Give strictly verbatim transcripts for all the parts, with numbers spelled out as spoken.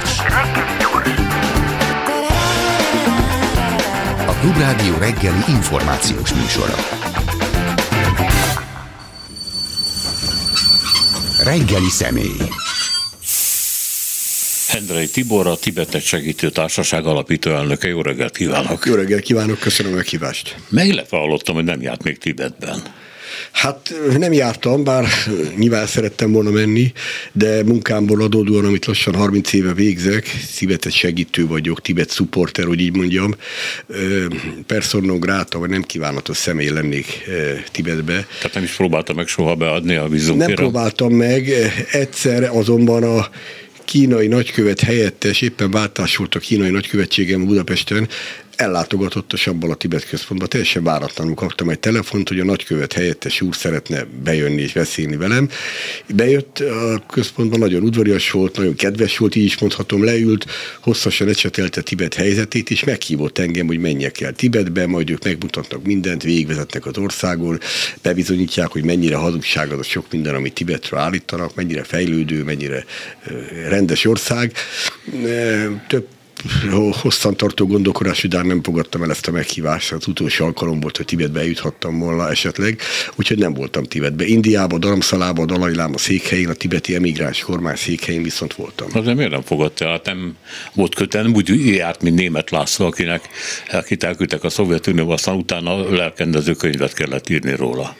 gyors. A Klubrádió reggeli információs műsora. Reggeli személy. Hendrei Tibor, a Tibetet Segítő Társaság alapító elnöke. Jó reggelt kívánok! Jó reggelt kívánok, köszönöm a meghívást. Illetve hallottam, hogy nem járt még Tibetben. Hát nem jártam, bár nyilván szerettem volna menni, de munkámból adódóan, amit lassan harminc éve végzek, Tibetet segítő vagyok, Tibet supporter, hogy így mondjam, persona non grata, vagy nem kívánatos személy lennék Tibetbe. Tehát nem is próbáltam meg soha beadni a vízumkérem? Nem próbáltam meg, egyszer azonban a kínai nagykövet helyettes, éppen váltás volt a kínai nagykövetségem Budapesten, ellátogatott a Sabbala Tibet központba, teljesen váratlanul kaptam egy telefont, hogy a nagykövet helyettes úr szeretne bejönni és beszélni velem. Bejött a központban, nagyon udvarias volt, nagyon kedves volt, így is mondhatom, leült, hosszasan ecsetelte Tibet helyzetét, és meghívott engem, hogy menjek el Tibetbe, majd ők megmutatnak mindent, végigvezetnek az országon, bebizonyítják, hogy mennyire hazugság az a sok minden, amit Tibetről állítanak, mennyire fejlődő, mennyire rendes ország. Több hosszantartó gondolkodás után nem fogadtam el ezt a meghívást, az utolsó alkalom volt, hogy Tibetbe eljuthattam volna esetleg, úgyhogy nem voltam Tibetbe. Indiában, Dharamszalában, a Dalai Láma székhelyén, a tibeti emigráns kormány székhelyén viszont voltam. Azért miért nem fogadta? Hát nem volt kötelen, nem úgy járt, mint Németh László, akinek akit elküldtek a Szovjetunióba, aztán utána lelkendező könyvet kellett írni róla.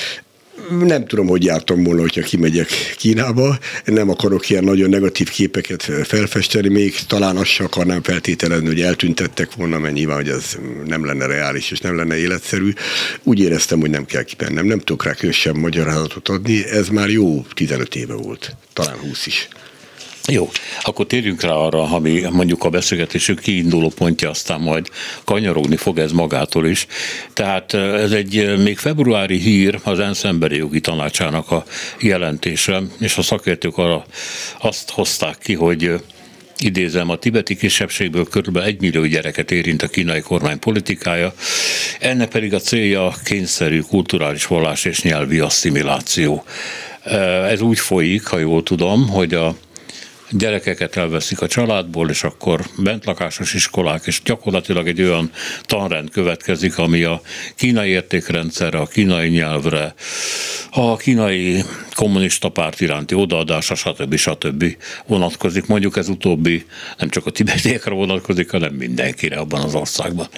Nem tudom, hogy jártam volna, hogyha kimegyek Kínába. Nem akarok ilyen nagyon negatív képeket felfesteni, még talán azt sem akarnám feltételezni, hogy eltüntettek volna, mert nyilván, hogy ez nem lenne reális és nem lenne életszerű. Úgy éreztem, hogy nem kell kimennem. Nem tudok rá különösebb magyarázatot adni. Ez már jó tizenöt éve volt, talán húsz is. Jó, akkor térjünk rá arra, ami mondjuk a beszélgetésünk kiinduló pontja, aztán majd kanyarogni fog ez magától is. Tehát ez egy még februári hír az ENSZ Emberi Jogi Tanácsának a jelentése, és a szakértők arra azt hozták ki, hogy idézem, a tibeti kisebbségből kb. egy millió gyereket érint a kínai kormány politikája, ennek pedig a célja kényszerű kulturális, vallás és nyelvi asszimiláció. Ez úgy folyik, ha jól tudom, hogy a gyerekeket elveszik a családból, és akkor bentlakásos iskolák, és gyakorlatilag egy olyan tanrend következik, ami a kínai értékrendszerre, a kínai nyelvre, a kínai kommunista párt iránti odaadása, stb. stb. vonatkozik. Mondjuk ez utóbbi nem csak a tibetiekre vonatkozik, hanem mindenkire abban az országban.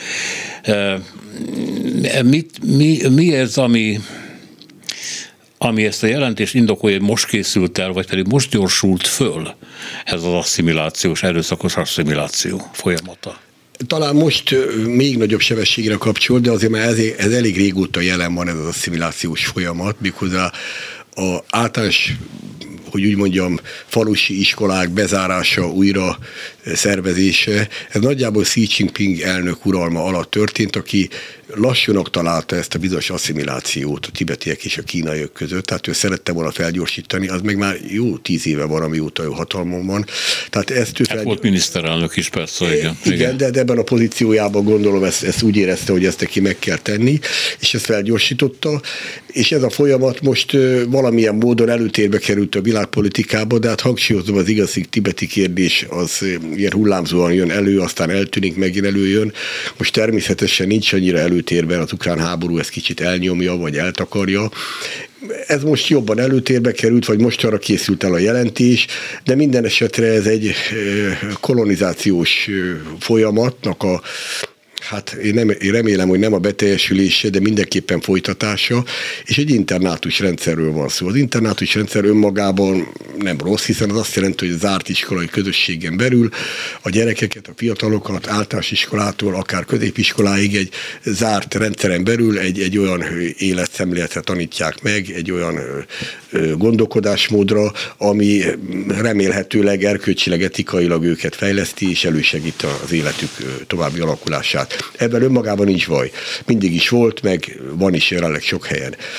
Mit, mi, mi ez, ami ami ezt a jelentést indokolja, hogy most készült el, vagy pedig most gyorsult föl ez az asszimilációs, erőszakos asszimiláció folyamata? Talán most még nagyobb sebességre kapcsol, de azért már ez, ez elég régóta jelen van ez az asszimilációs folyamat, méghozzá az általános, hogy úgy mondjam, falusi iskolák bezárása, újra szervezése. Ez nagyjából Xi Jinping elnök uralma alatt történt, aki lassúnak találta ezt a bizonyos asszimilációt a tibetiek és a kínaiak között, tehát ő szerette volna felgyorsítani, az meg már jó tíz éve van, amióta ő hatalmon van. Tehát ezt ő hát fel... volt miniszterelnök is persze, igen. Igen, igen. De, de ebben a pozíciójában gondolom ezt, ezt úgy érezte, hogy ezt neki meg kell tenni, és ezt felgyorsította, és ez a folyamat most valamilyen módon előtérbe került a világpolitikába, de hát hangsúlyozom, az igazi tibeti kérdés az ilyen hullámzóan jön elő, aztán eltűnik, megint előjön. Most természetesen nincs annyira előtérben, az ukrán háború ezt kicsit elnyomja, vagy eltakarja. Ez most jobban előtérbe került, vagy most arra készült el a jelentés, de minden esetre ez egy kolonizációs folyamatnak a hát én, nem, én remélem, hogy nem a beteljesülése, de mindenképpen folytatása, és egy internátus rendszerről van szó. Az internátus rendszer önmagában nem rossz, hiszen az azt jelenti, hogy zárt iskolai közösségen belül a gyerekeket, a fiatalokat általános iskolától, akár középiskoláig egy zárt rendszeren belül egy, egy olyan életszemléletre tanítják meg, egy olyan gondolkodásmódra, ami remélhetőleg erkölcsileg, etikailag őket fejleszti, és elősegít az életük további alakulását. Ebben önmagában nincs baj. Mindig is volt, meg van is jelenleg sok helyen.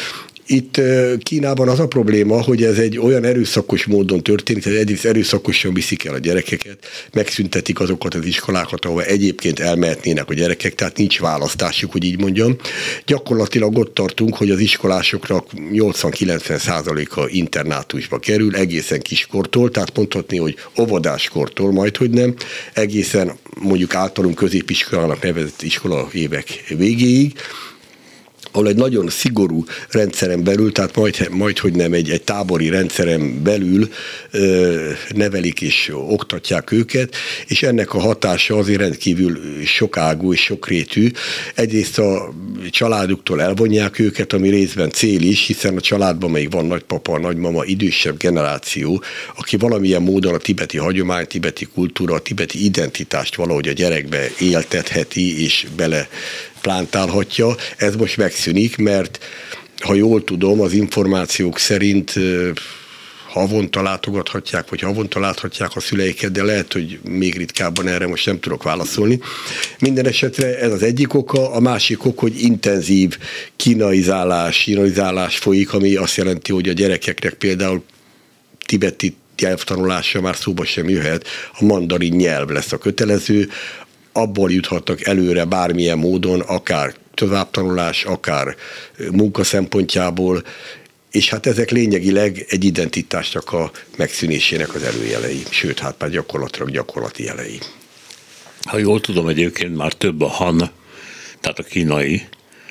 Itt Kínában az a probléma, hogy ez egy olyan erőszakos módon történik, hogy egyrészt erőszakosan viszik el a gyerekeket, megszüntetik azokat az iskolákat, ahol egyébként elmehetnének a gyerekek, tehát nincs választásuk, hogy így mondjam. Gyakorlatilag ott tartunk, hogy az iskolásoknak nyolcvan-kilencven százaléka internátusba kerül, egészen kiskortól, tehát mondhatni, hogy óvodáskortól, majd hogy nem, egészen mondjuk általunk középiskolának nevezett iskola évek végéig, ahol egy nagyon szigorú rendszeren belül, tehát majd, majd hogy nem egy, egy tábori rendszeren belül ö, nevelik és oktatják őket, és ennek a hatása azért rendkívül sokágú és sokrétű. Egyrészt a családuktól elvonják őket, ami részben cél is, hiszen a családban még van nagypapa, nagymama, idősebb generáció, aki valamilyen módon a tibeti hagyomány, tibeti kultúra, a tibeti identitást valahogy a gyerekbe éltetheti és bele plántálhatja. Ez most megszűnik, mert ha jól tudom, az információk szerint havonta látogathatják, vagy havonta láthatják a szüleiket, de lehet, hogy még ritkábban erre most nem tudok válaszolni. Minden esetre ez az egyik oka, a másik ok, hogy intenzív kínaizálás, kínaizállás folyik, ami azt jelenti, hogy a gyerekeknek például tibeti nyelvtanulása már szóba sem jöhet, a mandarin nyelv lesz a kötelező, abból juthatnak előre bármilyen módon, akár továbbtanulás, akár munka szempontjából, és hát ezek lényegileg egy identitásnak a megszűnésének az előjelei, sőt, hát már gyakorlatilag gyakorlati jelei. Ha jól tudom, egyébként már több a han, tehát a kínai,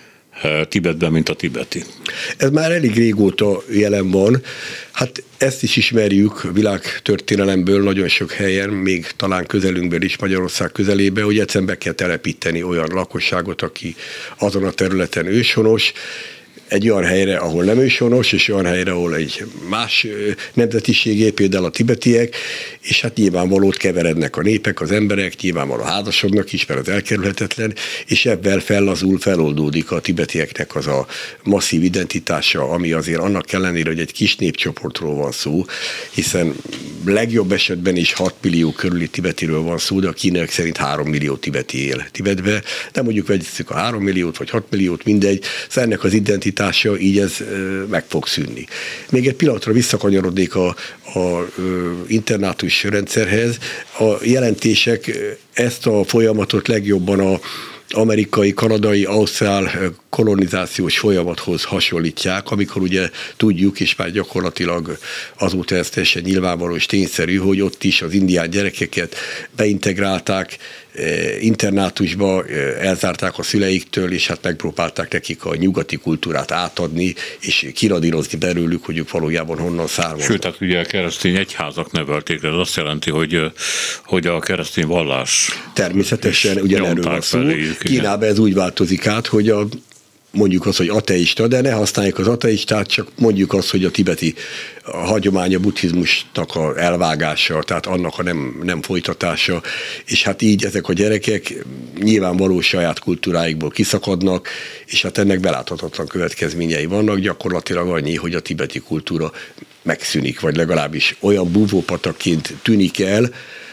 Tibetben, mint a tibeti. Ez már elég régóta jelen van. Hát ezt is ismerjük világtörténelemből nagyon sok helyen, még talán közelünkben is, Magyarország közelében, hogy egyszerűen be kell telepíteni olyan lakosságot, aki azon a területen őshonos, egy olyan helyre, ahol nem őshonos, és olyan helyre, ahol egy más nemzetiségé, például a tibetiek, és hát nyilvánvalót keverednek a népek, az emberek, nyilvánvalóan házasodnak is, mert az elkerülhetetlen, és ebben fellazul, feloldódik a tibetieknek az a masszív identitása, ami azért annak ellenére, hogy egy kis népcsoportról van szó, hiszen legjobb esetben is hat millió körüli tibetiről van szó, de a kínaiak szerint három millió tibeti él Tibetbe, de mondjuk vegyük a három milliót, vagy hat milliót, mindegy, szóval ennek az identitása így ez meg fog szűnni. Még egy pillanatra visszakanyarodnék a, a internátus rendszerhez. A jelentések ezt a folyamatot legjobban a amerikai, kanadai, ausztrál kolonizációs folyamathoz hasonlítják, amikor ugye tudjuk, és már gyakorlatilag azóta ez teljesen nyilvánvaló és tényszerű, hogy ott is az indián gyerekeket beintegrálták, internátusba, elzárták a szüleiktől, és hát megpróbálták nekik a nyugati kultúrát átadni, és kiradírozni belőlük, hogy ők valójában honnan származnak. Sőt, hát ugye a keresztény egyházak nevelték, ez azt jelenti, hogy, hogy a keresztény vallás... Természetesen ugyan erről van szó. Kínában ez úgy változik át, hogy a mondjuk azt, hogy ateista, de ne használjuk az ateistát, csak mondjuk azt, hogy a tibeti a hagyomány, a buddhizmusnak a elvágása, tehát annak a nem, nem folytatása, és hát így ezek a gyerekek nyilvánvaló saját kultúráikból kiszakadnak, és hát ennek beláthatatlan következményei vannak, gyakorlatilag annyi, hogy a tibeti kultúra megszűnik, vagy legalábbis olyan búvópatakként tűnik el,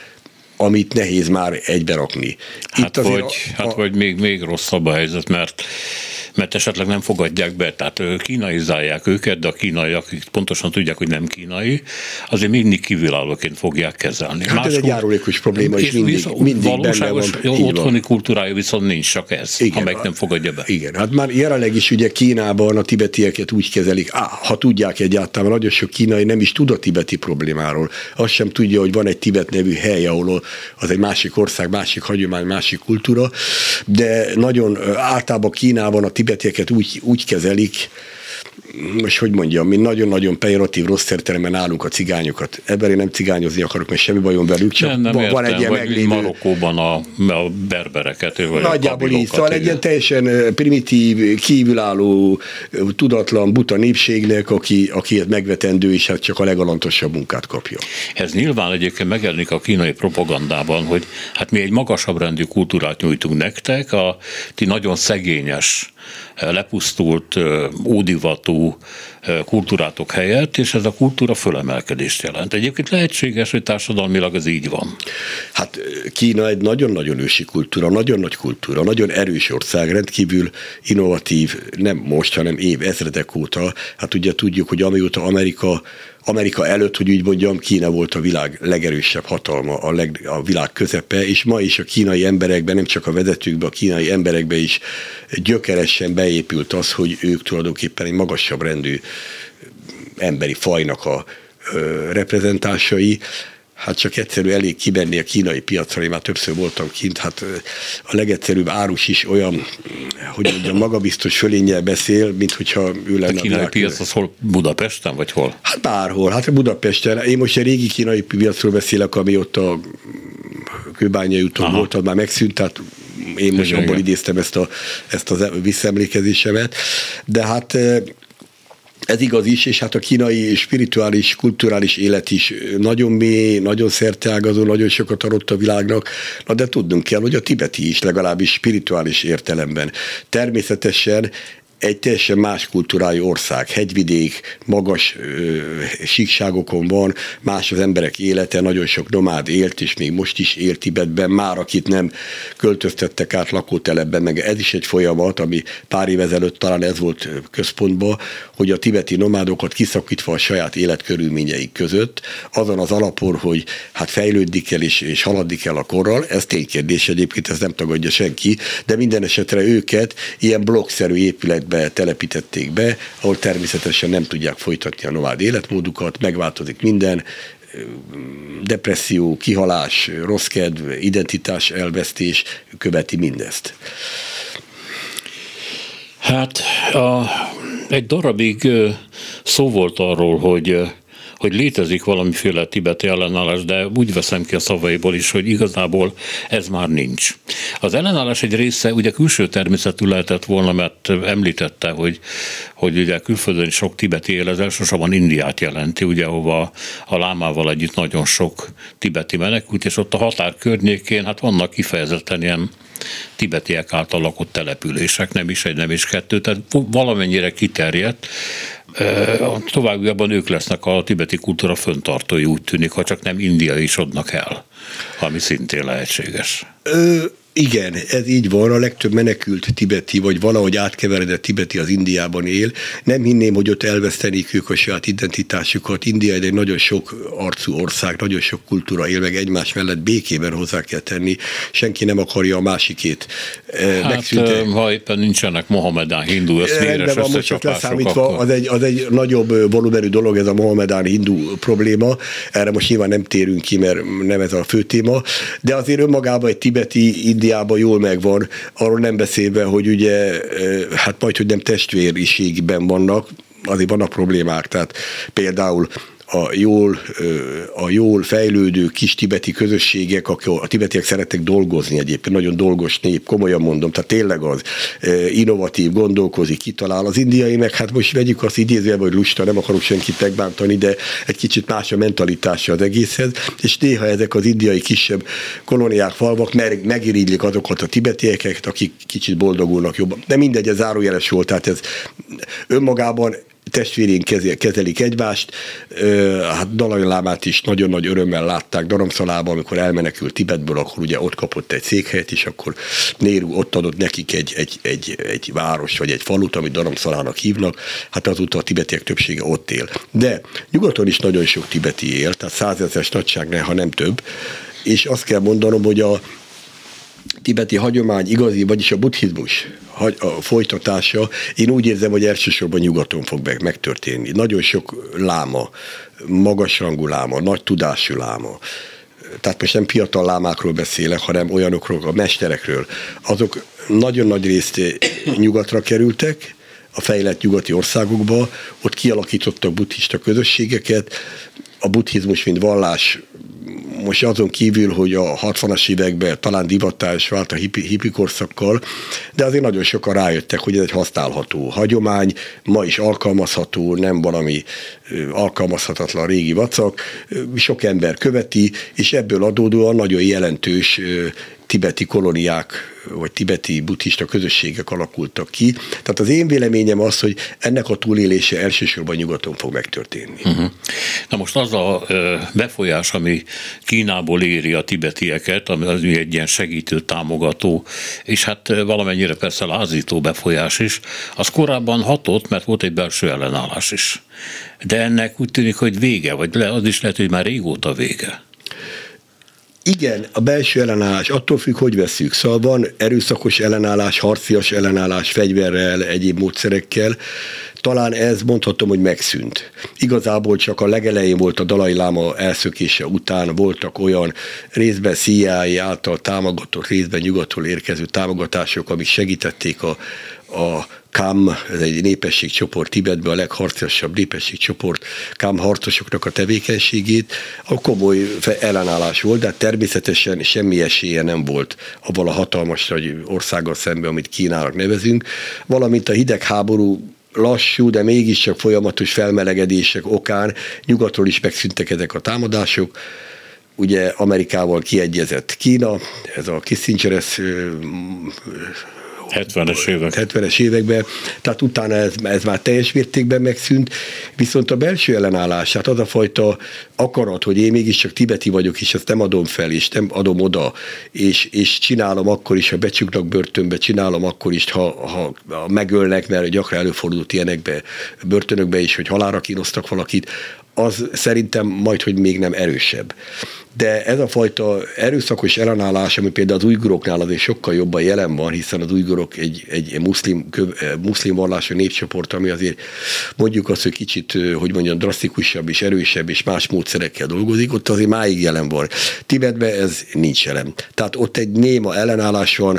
amit nehéz már egyberakni. Hát, vagy, a, hát a... vagy még, még rosszabb a helyzet, mert mert esetleg nem fogadják be, tehát kínaizálják őket, de a kínaiak, akik pontosan tudják, hogy nem kínai, azért mindig kívülállóként fogják kezelni. Hát Máskor, ez egy járulékos probléma, és mindig, viszont, mindig benne van. Otthoni kultúrája viszont nincs, csak ez, igen, ha meg nem fogadja be. Igen, hát már jelenleg is ugye Kínában a tibetieket úgy kezelik, á, ha tudják egyáltalán, nagyon sok kínai nem is tud a tibeti problémáról. Azt sem tudja, hogy van egy Tibet nevű hely, ahol az egy másik ország, másik hagyomány, másik kultúra, de nagyon általában Kínában a tibetieket úgy, úgy kezelik, most hogy mondjam, mi nagyon-nagyon pejoratív, rossz értelemben állunk a cigányokat. Ebben én nem cigányozni akarok, mert semmi bajom velük, csak nem, nem van, értem, egy ilyen meglévő... Marokkóban a, a berbereket, vagy nagyjából így, szóval egy ilyen teljesen primitív, kívülálló, tudatlan, buta népségnek, aki, aki megvetendő, és hát csak a legalantosabb munkát kapja. Ez nyilván egyébként megjelenik a kínai propagandában, hogy hát mi egy magasabb rendű kultúrát nyújtunk nektek, a ti nagyon szegényes, lepusztult, ódivatú kultúrátok helyett, és ez a kultúra fölemelkedést jelent. Egyébként lehetséges, hogy társadalmilag ez így van. Hát Kína egy nagyon-nagyon ősi kultúra, nagyon nagy kultúra, nagyon erős ország, rendkívül innovatív, nem most, hanem év, ezredek óta. Hát ugye tudjuk, hogy amióta Amerika Amerika előtt, hogy úgy mondjam, Kína volt a világ legerősebb hatalma, a, leg, a világ közepe, és ma is a kínai emberekben, nem csak a vezetőkben, a kínai emberekben is gyökeresen beépült az, hogy ők tulajdonképpen egy magasabb rendű emberi fajnak a ö, reprezentásai. Hát csak egyszerű elég kimenni a kínai piacra, én már többször voltam kint, hát a legegyszerűbb árus is olyan, hogy mondjam, magabiztos fölénnyel beszél, mint hogyha ő lenne a kínai a piac az hol? Budapesten, vagy hol? Hát bárhol, hát Budapesten. Én most egy régi kínai piacról beszélek, ami ott a Kőbányai úton volt, az már megszűnt, tehát én most igen, abból igen. idéztem ezt a, ezt a visszaemlékezésemet, de hát ez igaz is, és hát a kínai spirituális, kulturális élet is nagyon mély, nagyon szerteágazó, nagyon sokat adott a világnak, na de tudnunk kell, hogy a tibeti is legalábbis spirituális értelemben. Természetesen egy teljesen más kultúrájú ország, hegyvidék, magas ö, síkságokon van, más az emberek élete, nagyon sok nomád élt, és még most is él Tibetben, már akit nem költöztettek át lakótelepben, meg ez is egy folyamat, ami pár év ezelőtt talán ez volt központban, hogy a tibeti nomádokat kiszakítva a saját életkörülményeik között, azon az alapon, hogy hát fejlődni kell és, és haladni kell a korral, ez ténykérdés egyébként, ez nem tagadja senki, de minden esetre őket ilyen blokkszerű épület be telepítették be, ahol természetesen nem tudják folytatni a nomád életmódukat, megváltozik minden, depresszió, kihalás, rossz kedv, identitás elvesztés követi mindezt. Hát a, egy darabig szó volt arról, hogy hogy létezik valamiféle tibeti ellenállás, de úgy veszem ki a szavaiból is, hogy igazából ez már nincs. Az ellenállás egy része ugye külső természetű lehetett volna, mert említette, hogy, hogy ugye külföldön sok tibeti él, ez elsősorban Indiát jelenti, ugye, ahova a lámával együtt nagyon sok tibeti menekült, és ott a határ környékén hát vannak kifejezetten ilyen tibetiek által lakott települések, nem is egy, nem is kettő, tehát valamennyire kiterjedt. Továbbiakban ők lesznek a tibeti kultúra föntartói, úgy tűnik, ha csak nem India is adnak el, ami szintén lehetséges. Ö, igen, ez így van, a legtöbb menekült tibeti, vagy valahogy átkeveredett tibeti az Indiában él. Nem hinném, hogy ott elvesztenék ők a saját identitásukat. India egy nagyon sok arcú ország, nagyon sok kultúra él, meg egymás mellett békében hozzá kell tenni. Senki nem akarja a másikét hát, megszüntetni. Ha éppen nincsenek mohamedán hindu összméres összecsapások, akkor... az, egy, az egy nagyobb volumenű dolog, ez a mohamedán hindu probléma. Erre most nyilván nem térünk ki, mert nem ez a fő téma. De azért önmagában egy tibeti Indiában jól megvan, arról nem beszélve, hogy ugye, hát majd, hogy nem testvériségben vannak, azért vannak problémák, tehát például a jól, a jól fejlődő kis tibeti közösségek, akik a tibetiek szeretnek dolgozni egyébként, nagyon dolgos nép, komolyan mondom, tehát tényleg az innovatív, gondolkozik, kitalál. Az indiai meg, hát most vegyük azt idézőjelbe, hogy lusta, nem akarok senkit megbántani, de egy kicsit más a mentalitása az egészhez, és néha ezek az indiai kisebb kolóniák, falvak megirigylik azokat a tibetieket, akik kicsit boldogulnak jobban. De mindegy, ez zárójeles volt, tehát ez önmagában testvérén kezelik egymást, hát Dalai Lámát is nagyon nagy örömmel látták Dharamszalában, amikor elmenekült Tibetből, akkor ugye ott kapott egy székhelyet, és akkor Nehru ott adott nekik egy, egy, egy, egy város, vagy egy falut, amit Dharamszalának hívnak, hát azóta a tibetiek többsége ott él. De nyugaton is nagyon sok tibeti él, tehát százezres nagyságnál, ha nem több, és azt kell mondanom, hogy a tibeti hagyomány igazi, vagyis a buddhizmus a folytatása, én úgy érzem, hogy elsősorban nyugaton fog megtörténni. Nagyon sok láma, magasrangú láma, nagy tudású láma, tehát most nem fiatal lámákról beszélek, hanem olyanokról, a mesterekről, azok nagyon nagy részt nyugatra kerültek, a fejlett nyugati országokba, ott kialakítottak buddhista közösségeket, a buddhizmus, mint vallás, most azon kívül, hogy a hatvanas években talán divattá is vált a hippi, hippi korszakkal, de azért nagyon sokan rájöttek, hogy ez egy használható hagyomány, ma is alkalmazható, nem valami alkalmazhatatlan régi vacak, sok ember követi, és ebből adódóan nagyon jelentős tibeti kolóniák, vagy tibeti buddhista közösségek alakultak ki. Tehát az én véleményem az, hogy ennek a túlélése elsősorban nyugaton fog megtörténni. Uh-huh. Na most az a befolyás, ami Kínából éri a tibetieket, ami az egy ilyen segítő, támogató, és hát valamennyire persze lázító befolyás is, az korábban hatott, mert volt egy belső ellenállás is. De ennek úgy tűnik, hogy vége, vagy le, az is lehet, hogy már régóta vége. Igen, a belső ellenállás attól függ, hogy vesszük. Szóval van erőszakos ellenállás, harcias ellenállás, fegyverrel, egyéb módszerekkel. Talán ez mondhatom, hogy megszűnt. Igazából csak a legelején volt a Dalai Láma elszökése után, voltak olyan részben C I A által támogatott, részben nyugatról érkező támogatások, amik segítették a, a Kam, ez egy népességcsoport Tibetben, a legharcosabb népességcsoport, Kam harcosoknak a tevékenységét, a komoly ellenállás volt, de természetesen semmi esélye nem volt avval a hatalmas nagy országgal szemben, amit Kínának nevezünk, valamint a hidegháború lassú, de mégiscsak folyamatos felmelegedések okán nyugatról is megszűntek ezek a támadások. Ugye Amerikával kiegyezett Kína, ez a Kissinger-es hetvenes évek. hetvenes években, tehát utána ez, ez már teljes mértékben megszűnt, viszont a belső ellenállás, tehát az a fajta akarat, hogy én mégiscsak tibeti vagyok, és ezt nem adom fel, és nem adom oda, és, és csinálom akkor is, ha becsuknak börtönbe, csinálom akkor is, ha, ha, ha megölnek, mert gyakran előfordult ilyenekbe, börtönökbe is, hogy halálra kínoztak valakit, az szerintem majd, hogy még nem erősebb. De ez a fajta erőszakos ellenállás, ami például az ujguroknál azért sokkal jobban jelen van, hiszen az ujgurok egy, egy muszlim, muszlim vallású népcsoport, ami azért mondjuk azt, hogy kicsit, hogy mondjam, drasztikusabb és erősebb és más módszerekkel dolgozik, ott azért máig jelen van. Tibetben ez nincs jelen. Tehát ott egy néma ellenállás van,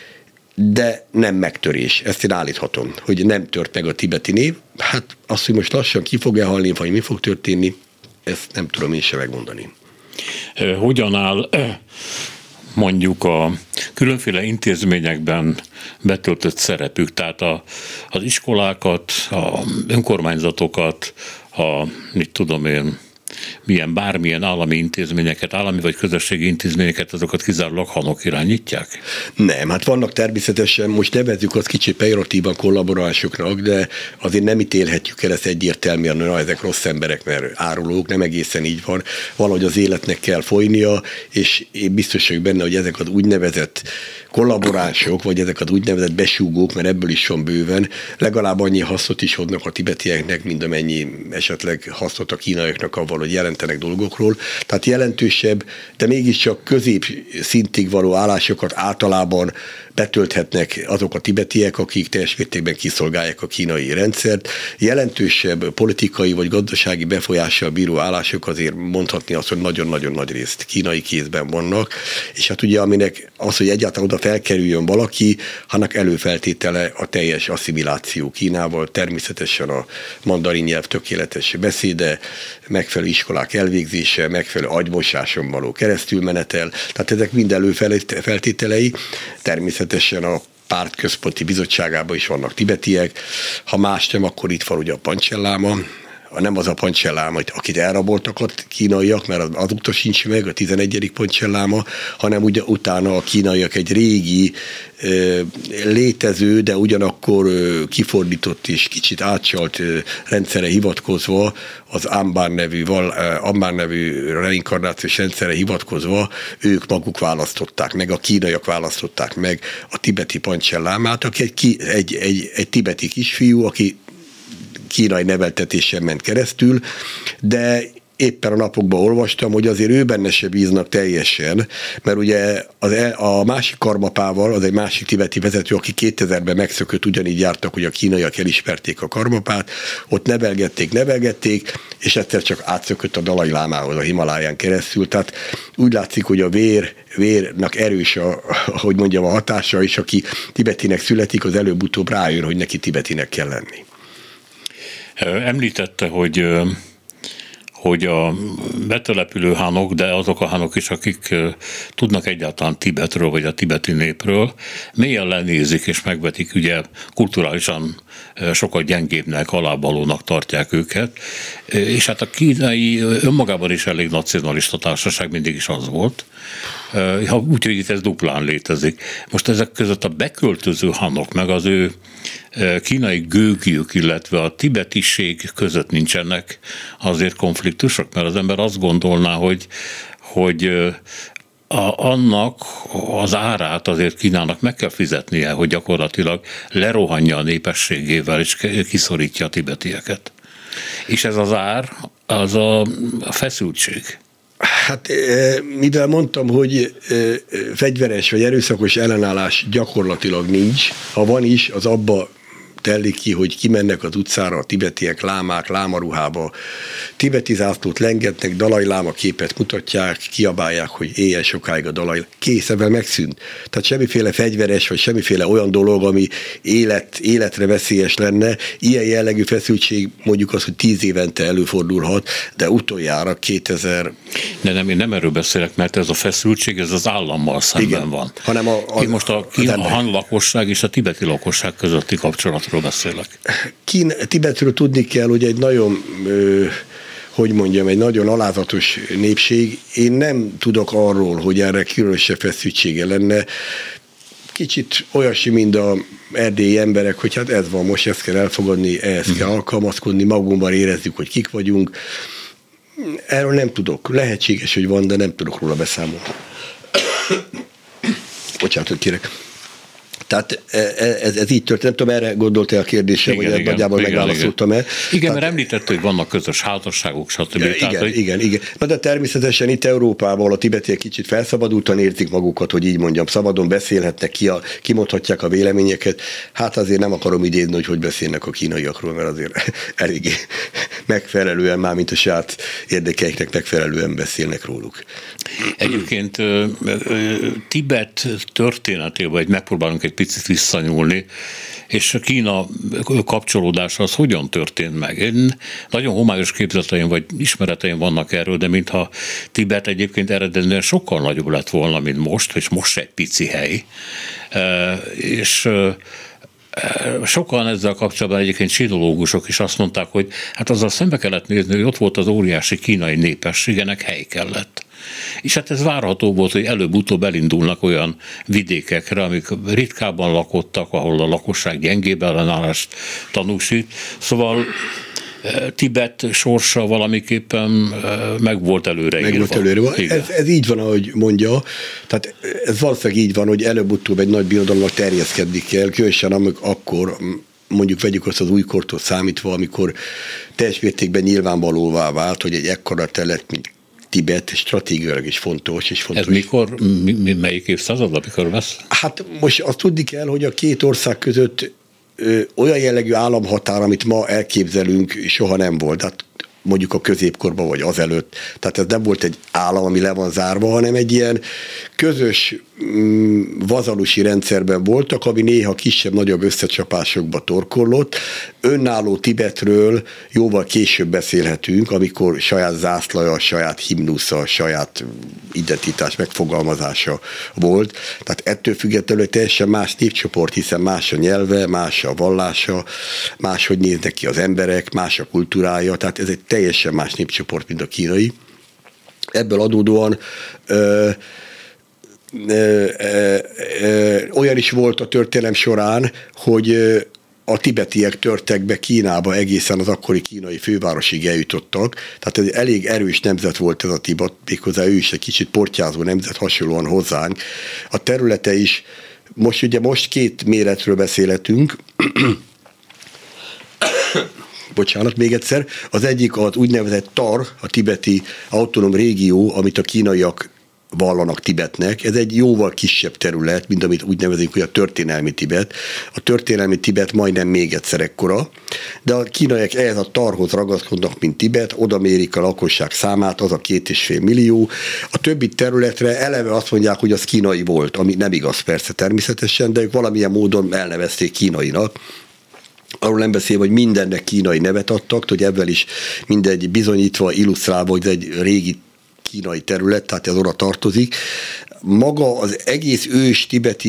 de nem megtörés. Ezt én állíthatom, hogy nem tört meg a tibeti név. Hát azt, hogy most lassan ki fog elhalni, vagy mi fog történni, ezt nem tudom én sem megmondani. Hogyan áll mondjuk a különféle intézményekben betöltött szerepük, tehát a, az iskolákat, a önkormányzatokat, a, mit tudom én, milyen bármilyen állami intézményeket, állami vagy közösségi intézményeket, azokat kizárólag hanok irányítják? Nem, hát vannak természetesen, most nevezzük azt kicsit pejoratívan kollaborálásoknak, de azért nem ítélhetjük el ezt egyértelműen, hogy na, ezek rossz emberek, mert árulók, nem egészen így van. Valahogy az életnek kell folynia, és én biztos vagyok benne, hogy ezek az úgynevezett kollaborások, vagy ezek az úgynevezett besúgók, mert ebből is van bőven, legalább annyi hasznot is hoznak a tibetieknek, mint amennyi esetleg hasznot a kínaiaknak avval, hogy jelentenek dolgokról. Tehát jelentősebb, de mégiscsak középszintig való állásokat általában betölthetnek azok a tibetiek, akik teljes mértékben kiszolgálják a kínai rendszert. Jelentősebb politikai vagy gazdasági befolyással bíró állások azért mondhatni azt, hogy nagyon-nagyon nagy részt kínai kézben vannak, és hát ugye aminek az, hogy egyáltalán oda felkerüljön valaki, annak előfeltétele a teljes asszimiláció Kínával, természetesen a mandarin nyelv tökéletes beszéde, megfelelő iskolák elvégzése, megfelelő agymosáson való keresztülmenetel, tehát ezek mind előfeltételei, természetesen a párt központi bizottságában is vannak tibetiek, ha más nem, akkor itt van ugye a Pancselláma, nem az a Pancselláma, akit elraboltak a kínaiak, mert azóta sincs meg a tizenegyedik Pancselláma, hanem ugye utána a kínaiak egy régi létező, de ugyanakkor kifordított és kicsit átcsalt rendszere hivatkozva, az Ambár nevű, Ambár nevű reinkarnációs rendszere hivatkozva, ők maguk választották meg, a kínaiak választották meg a tibeti Pancsellámát, aki egy, egy, egy, egy tibeti kisfiú, aki kínai neveltetésen ment keresztül, de éppen a napokban olvastam, hogy azért ő benne se bíznak teljesen, mert ugye az el, a másik karmapával, az egy másik tibeti vezető, aki kétezerben megszökött, ugyanígy jártak, hogy a kínaiak elismerték a karmapát, ott nevelgették, nevelgették, és egyszer csak átszökött a Dalai Lámához a Himaláján keresztül, tehát úgy látszik, hogy a vér, vérnek erős, a, ahogy mondjam, a hatása, és aki tibetinek születik, az előbb-utóbb rájön, hogy neki tibetinek kell lenni. Említette, hogy, hogy a betelepülő hánok, de azok a hánok is, akik tudnak egyáltalán Tibetről, vagy a tibeti népről, mélyen lenézik és megvetik, ugye kulturálisan sokkal gyengébbnek, alábalónak tartják őket, és hát a kínai önmagában is elég nacionalista társaság mindig is az volt. úgyhogy itt ez duplán létezik. Most ezek között a beköltöző hanok, meg az ő kínai gőgjük, illetve a tibetiség között nincsenek azért konfliktusok, mert az ember azt gondolná, hogy, hogy a, annak az árát azért Kínának meg kell fizetnie, hogy gyakorlatilag lerohanja a népességével, és kiszorítja a tibetieket. És ez az ár, az a feszültség. Hát mivel mondtam, hogy fegyveres vagy erőszakos ellenállás gyakorlatilag nincs, ha van is, az abba telik ki, hogy kimennek az utcára a tibetiek, lámák, lámaruhába, tibeti zászlót lengetnek, Dalai Láma képet mutatják, kiabálják, hogy éljen sokáig a Dalai, kész, ebben megszűnt. Tehát semmiféle fegyveres, vagy semmiféle olyan dolog, ami élet, életre veszélyes lenne, ilyen jellegű feszültség mondjuk az, hogy tíz évente előfordulhat, de utoljára kétezer... De nem, én nem erről beszélek, mert ez a feszültség, ez az állammal szemben igen, van. Hanem a, a, én most a, a, a han lakosság és a tibeti lakosság közötti kapcsolatról beszélek. Kín, Tibetről tudni kell, hogy egy nagyon, ö, hogy mondjam, egy nagyon alázatos népség. Én nem tudok arról, hogy erre különösebb feszültsége lenne. Kicsit olyasmi, mint az erdélyi emberek, hogy hát ez van, most ezt kell elfogadni, ehhez mm. kell alkalmazkodni, magunkban érezzük, hogy kik vagyunk. Erről nem tudok. Lehetséges, hogy van, de nem tudok róla beszámolni. Bocsánatot kérek. Tehát ez, ez így történt. Nem tudom, erre gondoltál a kérdésre, igen, vagy nagyjából megválaszoltam-e. Igen, mert említett, hogy vannak közös házasságok, stb. Ja, igen, Tehát, hogy... igen, igen. Na de természetesen itt Európában a tibetiek kicsit felszabadultan érzik magukat, hogy így mondjam, szabadon beszélhetnek, ki a, kimondhatják a véleményeket. Hát azért nem akarom idézni, hogy hogy beszélnek a kínaiakról, mert azért eléggé megfelelően, már mint a saját érdekeiknek megfelelően beszélnek róluk. Egyébként Tibet történetében, vagy megpróbálunk egy picit visszanyúlni, és a Kína kapcsolódása az hogyan történt meg? Én nagyon homályos képzeteim vagy ismereteim vannak erről, de mintha Tibet egyébként eredetileg sokkal nagyobb lett volna, mint most, és most egy pici hely. És sokan ezzel kapcsolatban egyébként sinológusok is azt mondták, hogy hát azzal szembe kellett nézni, hogy ott volt az óriási kínai népesség, ennek hely kellett. És hát ez várható volt, hogy előbb-utóbb elindulnak olyan vidékekre, amik ritkában lakottak, ahol a lakosság gyengébb ellenállást tanúsít. Szóval Tibet sorsa valamiképpen meg volt előre meg írva. Volt előre. Ez, ez így van, ahogy mondja. Tehát ez valószínűleg így van, hogy előbb-utóbb egy nagy birodalomnak terjeszkedni kell, különösen amikor akkor, mondjuk vegyük azt az újkortól számítva, amikor teljes mértékben nyilvánvalóvá vált, hogy egy ekkora terület, mint Tibet stratégiailag is fontos. És fontos. Ez mikor, mi, melyik évszázadban, mikor lesz? Hát most azt tudni kell, hogy a két ország között ö, olyan jellegű államhatár, amit ma elképzelünk, soha nem volt. Hát mondjuk a középkorban, vagy azelőtt. Tehát ez nem volt egy állam, ami le van zárva, hanem egy ilyen közös mm, vazalusi rendszerben voltak, ami néha kisebb-nagyobb összecsapásokba torkollott. Önálló Tibetről jóval később beszélhetünk, amikor saját zászlaja, saját himnusza, saját identitás megfogalmazása volt. Tehát ettől függetlenül teljesen más népcsoport, hiszen más a nyelve, más a vallása, máshogy néznek ki az emberek, más a kultúrája, tehát ez egy teljesen más népcsoport, mint a kínai. Ebből adódóan ö, ö, ö, ö, olyan is volt a történelem során, hogy a tibetiek törtek be Kínába, egészen az akkori kínai fővárosig eljutottak. Tehát ez egy elég erős nemzet volt ez a Tibet, méghozzá ő is egy kicsit portyázó nemzet, hasonlóan hozzánk. A területe is, most ugye most két méretről beszélhetünk, bocsánat, még egyszer, az egyik az úgynevezett Tar, a tibeti autonóm régió, amit a kínaiak vallanak Tibetnek. Ez egy jóval kisebb terület, mint amit úgy nevezünk, hogy a történelmi Tibet. A történelmi Tibet majdnem még egyszer ekkora, de a kínaiak ehhez a Tarhoz ragaszkodnak, mint Tibet, oda mérik a lakosság számát, az a két és fél millió. A többi területre eleve azt mondják, hogy az kínai volt, ami nem igaz persze természetesen, de ők valamilyen módon elnevezték kínainak. Arról nem beszélve, hogy mindennek kínai nevet adtak, hogy ebben is mindegy bizonyítva, illusztrálva, hogy ez egy régi kínai terület, tehát ez oda tartozik. Maga az egész ős tibeti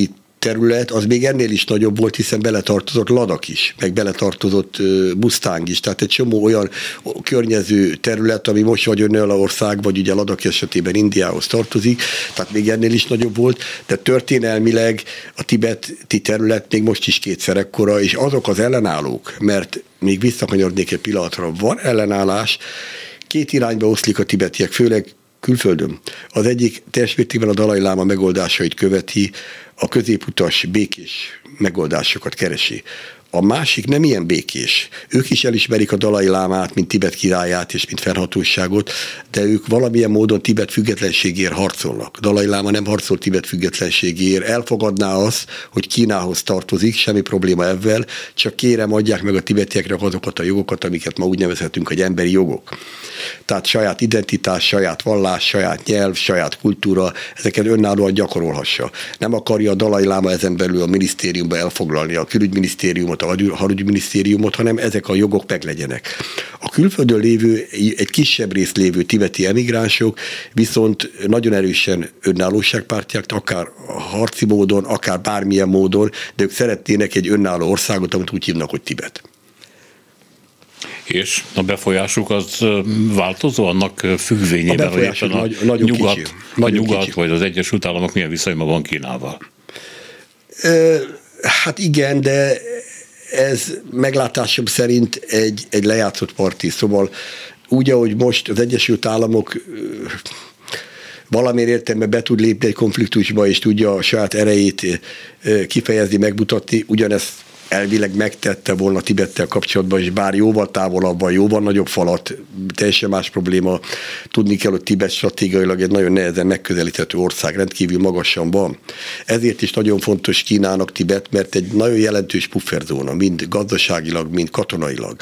terület az még ennél is nagyobb volt, hiszen beletartozott Ladak is, meg beletartozott Mustang is, tehát egy csomó olyan környező terület, ami most vagy Örményország, vagy ugye Ladak esetében Indiához tartozik, tehát még ennél is nagyobb volt, de történelmileg a tibeti terület még most is kétszer ekkora, és azok az ellenállók, mert még visszakanyarodnék egy pillanatra, van ellenállás, két irányba oszlik a tibetiek, főleg külföldön. Az egyik teljes mértékben a Dalai Láma megoldásait követi, a középutas, békés megoldásokat keresi. A másik nem ilyen békés. Ők is elismerik a Dalai Lámát, mint Tibet királyát és mint fennhatóságot, de ők valamilyen módon Tibet függetlenségéért harcolnak. Dalai Láma nem harcol Tibet függetlenségéért, elfogadná azt, hogy Kínához tartozik, semmi probléma ezzel, csak kérem adják meg a tibetieknek azokat a jogokat, amiket ma úgy nevezhetünk, hogy emberi jogok. Tehát saját identitás, saját vallás, saját nyelv, saját kultúra, ezeket önállóan gyakorolhassa. Nem akarja a Dalai Láma ezen belül a minisztériumba elfoglalni a külügyminisztériumot, a hadügyminisztériumot, hanem ezek a jogok meglegyenek. A külföldön lévő, egy kisebb részt lévő tibeti emigránsok viszont nagyon erősen önállóságpártiák, akár harci módon, akár bármilyen módon, de ők szeretnének egy önálló országot, amit úgy hívnak, hogy Tibet. És a befolyásuk az változó annak függvényében, hogy éppen a nagy, nagyon nyugat, kicsi. a Nagyon nyugat kicsi. vagy az Egyesült Államok milyen viszonyban van Kínával? E, hát igen, de ez meglátásom szerint egy, egy lejátszott parti. Szóval úgy, ahogy most az Egyesült Államok valamilyen értelemben be tud lépni egy konfliktusba, és tudja a saját erejét kifejezni, megmutatni, ugyanezt elvileg megtette volna Tibettel kapcsolatban, és bár jóval távolabban, jóval nagyobb falat, teljesen más probléma. Tudni kell, hogy Tibet stratégiailag egy nagyon nehezen megközelíthető ország, rendkívül magasan van. Ezért is nagyon fontos Kínának Tibet, mert egy nagyon jelentős pufferzóna, mind gazdaságilag, mind katonailag.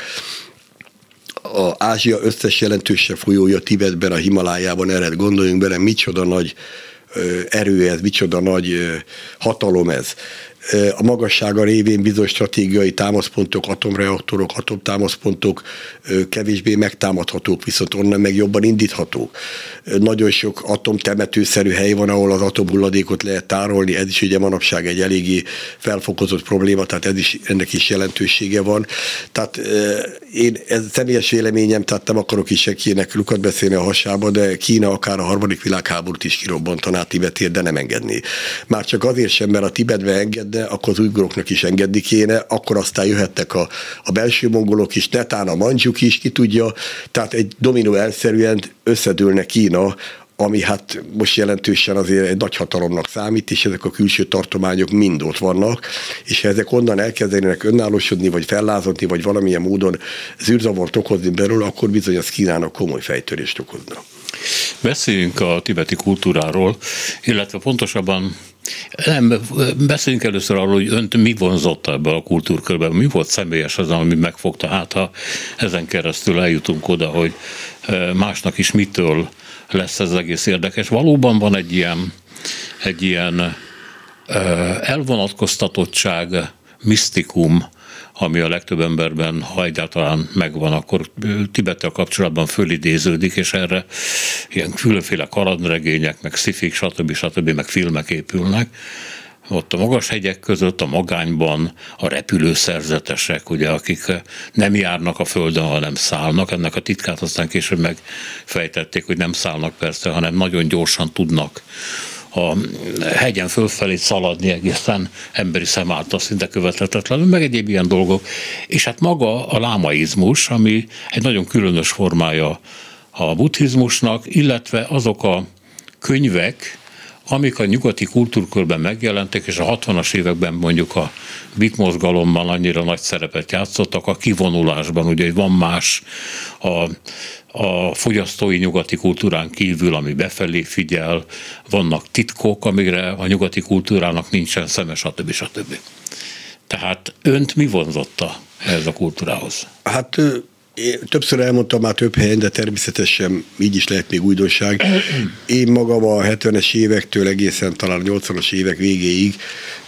Az Ázsia összes jelentősebb folyója Tibetben, a Himalájában ered. Gondoljunk bele, micsoda nagy erő ez, micsoda nagy hatalom ez. A magassága révén bizonyos stratégiai támaszpontok, atomreaktorok, atomtámaszpontok kevésbé megtámadhatók, viszont onnan meg jobban indíthatók. Nagyon sok atomtemetőszerű hely van, ahol az atomhulladékot lehet tárolni, ez is ugye manapság egy eléggé felfokozott probléma, tehát ez is, ennek is jelentősége van. Tehát én, ez személyes véleményem, tehát nem akarok is senkinek lukat beszélni a hasába, de Kína akár a harmadik világháborút is kirobbantaná Tibetért, de nem engedné. Már csak azért sem, mert a Tibetbe enged, de akkor az ujguroknak is engedni kéne, akkor aztán jöhettek a, a belső mongolok is, netán a mandzsuk is, ki tudja, tehát egy dominó elszerűen összedőlne Kína, ami hát most jelentősen azért egy nagy hatalomnak számít, és ezek a külső tartományok mind ott vannak, és ha ezek onnan elkezdenének önállósodni, vagy fellázadni, vagy valamilyen módon zűrzavart okozni belőle, akkor bizony az Kínának komoly fejtörést okozna. Beszéljünk a tibeti kultúráról, illetve pontosabban nem, beszéljünk először arról, hogy önt mi vonzott ebbe a kultúrkörbe, mi volt személyes az, ami megfogta, hát ha ezen keresztül eljutunk oda, hogy másnak is mitől lesz ez egész érdekes. Valóban van egy ilyen, egy ilyen elvonatkoztatottság, misztikum, ami a legtöbb emberben, ha egyáltalán megvan, akkor Tibettel kapcsolatban fölidéződik, és erre ilyen különféle kalandregények, meg szifik, stb. stb. Meg filmek épülnek. Ott a magas hegyek között, a magányban a repülőszerzetesek, ugye, akik nem járnak a földön, hanem szállnak. Ennek a titkát aztán később megfejtették, hogy nem szállnak persze, hanem nagyon gyorsan tudnak a hegyen fölfelé szaladni egészen emberi szem által szinte követhetetlenül, meg egyéb ilyen dolgok. És hát maga a lámaizmus, ami egy nagyon különös formája a buddhizmusnak, illetve azok a könyvek, amik a nyugati kultúrkörben megjelentek, és a hatvanas években mondjuk a beat mozgalomban annyira nagy szerepet játszottak, a kivonulásban, ugye van más a, a fogyasztói nyugati kultúrán kívül, ami befelé figyel, vannak titkok, amire a nyugati kultúrának nincsen szeme, stb. stb. Tehát önt mi vonzotta ehhez a kultúrához? Hát én többször elmondtam már több helyen, de természetesen így is lehet még újdonság. Én magam a hetvenes évektől egészen talán a nyolcvanas évek végéig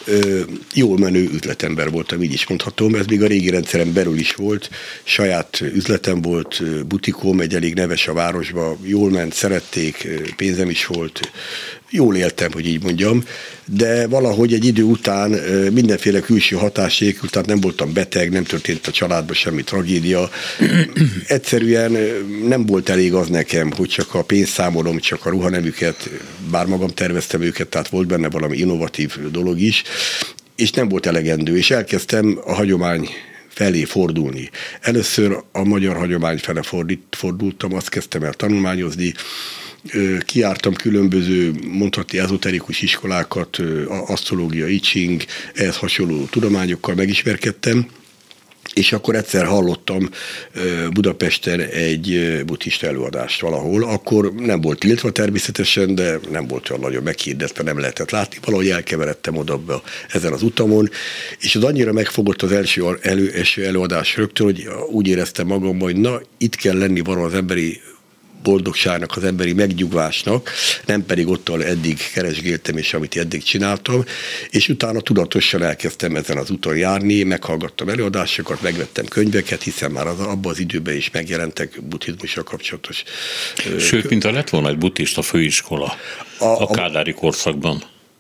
ö, jól menő üzletember voltam, így is mondhatom. Ez még a régi rendszeren belül is volt. Saját üzletem volt, butikóm, egy elég neves a városba. Jól ment, szerették, pénzem is volt. Jól éltem, hogy így mondjam, de valahogy egy idő után mindenféle külső hatás nélkül, tehát nem voltam beteg, nem történt a családban semmi tragédia. Egyszerűen nem volt elég az nekem, hogy csak a pénzt számolom, csak a ruhanemüket, bár magam terveztem őket, tehát volt benne valami innovatív dolog is, és nem volt elegendő, és elkezdtem a hagyomány felé fordulni. Először a magyar hagyomány fele fordultam, azt kezdtem el tanulmányozni, kijártam különböző, mondhatni ezoterikus iskolákat, asztrológia, I Ching, ehhez hasonló tudományokkal megismerkedtem, és akkor egyszer hallottam Budapesten egy buddhista előadást valahol, akkor nem volt tiltva természetesen, de nem volt olyan nagyon meghirdetve, nem lehetett látni, valahogy elkeveredtem oda ezen az utamon, és az annyira megfogott az első elő, első előadás rögtön, hogy úgy éreztem magam, hogy na, itt kell lenni valahol az emberi boldogságnak, az emberi megnyugvásnak, nem pedig ott, ahol eddig keresgéltem, és amit eddig csináltam, és utána tudatosan elkezdtem ezen az úton járni, meghallgattam előadásokat, megvettem könyveket, hiszen már az, abban az időben is megjelentek buddhizmussal kapcsolatos. Sőt, kö... mintha lett volna egy buddhista főiskola a, a kádári korszakban.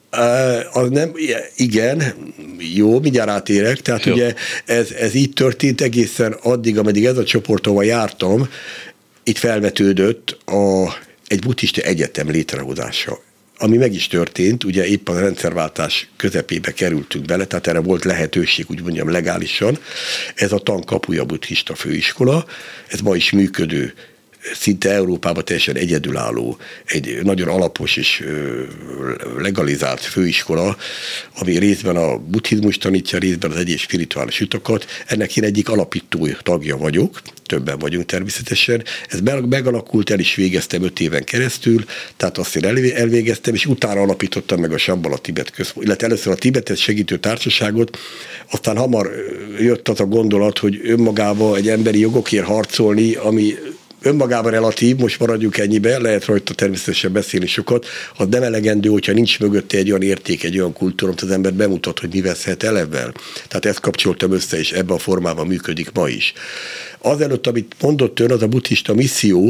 Az nem, igen, jó, mindjárt átérek, tehát jó. Ugye ez, ez így történt egészen addig, ameddig ez a csoport, ahol jártam, itt felvetődött a, egy buddhista egyetem létrehozása, ami meg is történt, ugye épp a rendszerváltás közepébe kerültünk bele, tehát erre volt lehetőség, úgy mondjam, legálisan. Ez a Tankapuja buddhista főiskola, ez ma is működő, szinte Európában teljesen egyedülálló, egy nagyon alapos és legalizált főiskola, ami részben a buddhizmus tanítja, részben az egyéb spirituális utakat. Ennek én egyik alapító tagja vagyok, többen vagyunk természetesen. Ez megalakult, el is végeztem öt éven keresztül, tehát azt én elvégeztem, és utána alapítottam meg a Shambhala Tibet központ, illetve először a Tibetet segítő társaságot, aztán hamar jött az a gondolat, hogy önmagában egy emberi jogokért harcolni, ami önmagában relatív, most maradjunk ennyibe, lehet rajta természetesen beszélni sokat, az nem elegendő, hogyha nincs mögötte egy olyan érték, egy olyan kultúra, amit az ember bemutat, hogy mi veszhet el ebben. Tehát ezt kapcsoltam össze, és ebben a formában működik ma is. Azelőtt, amit mondott ön, az a buddhista misszió,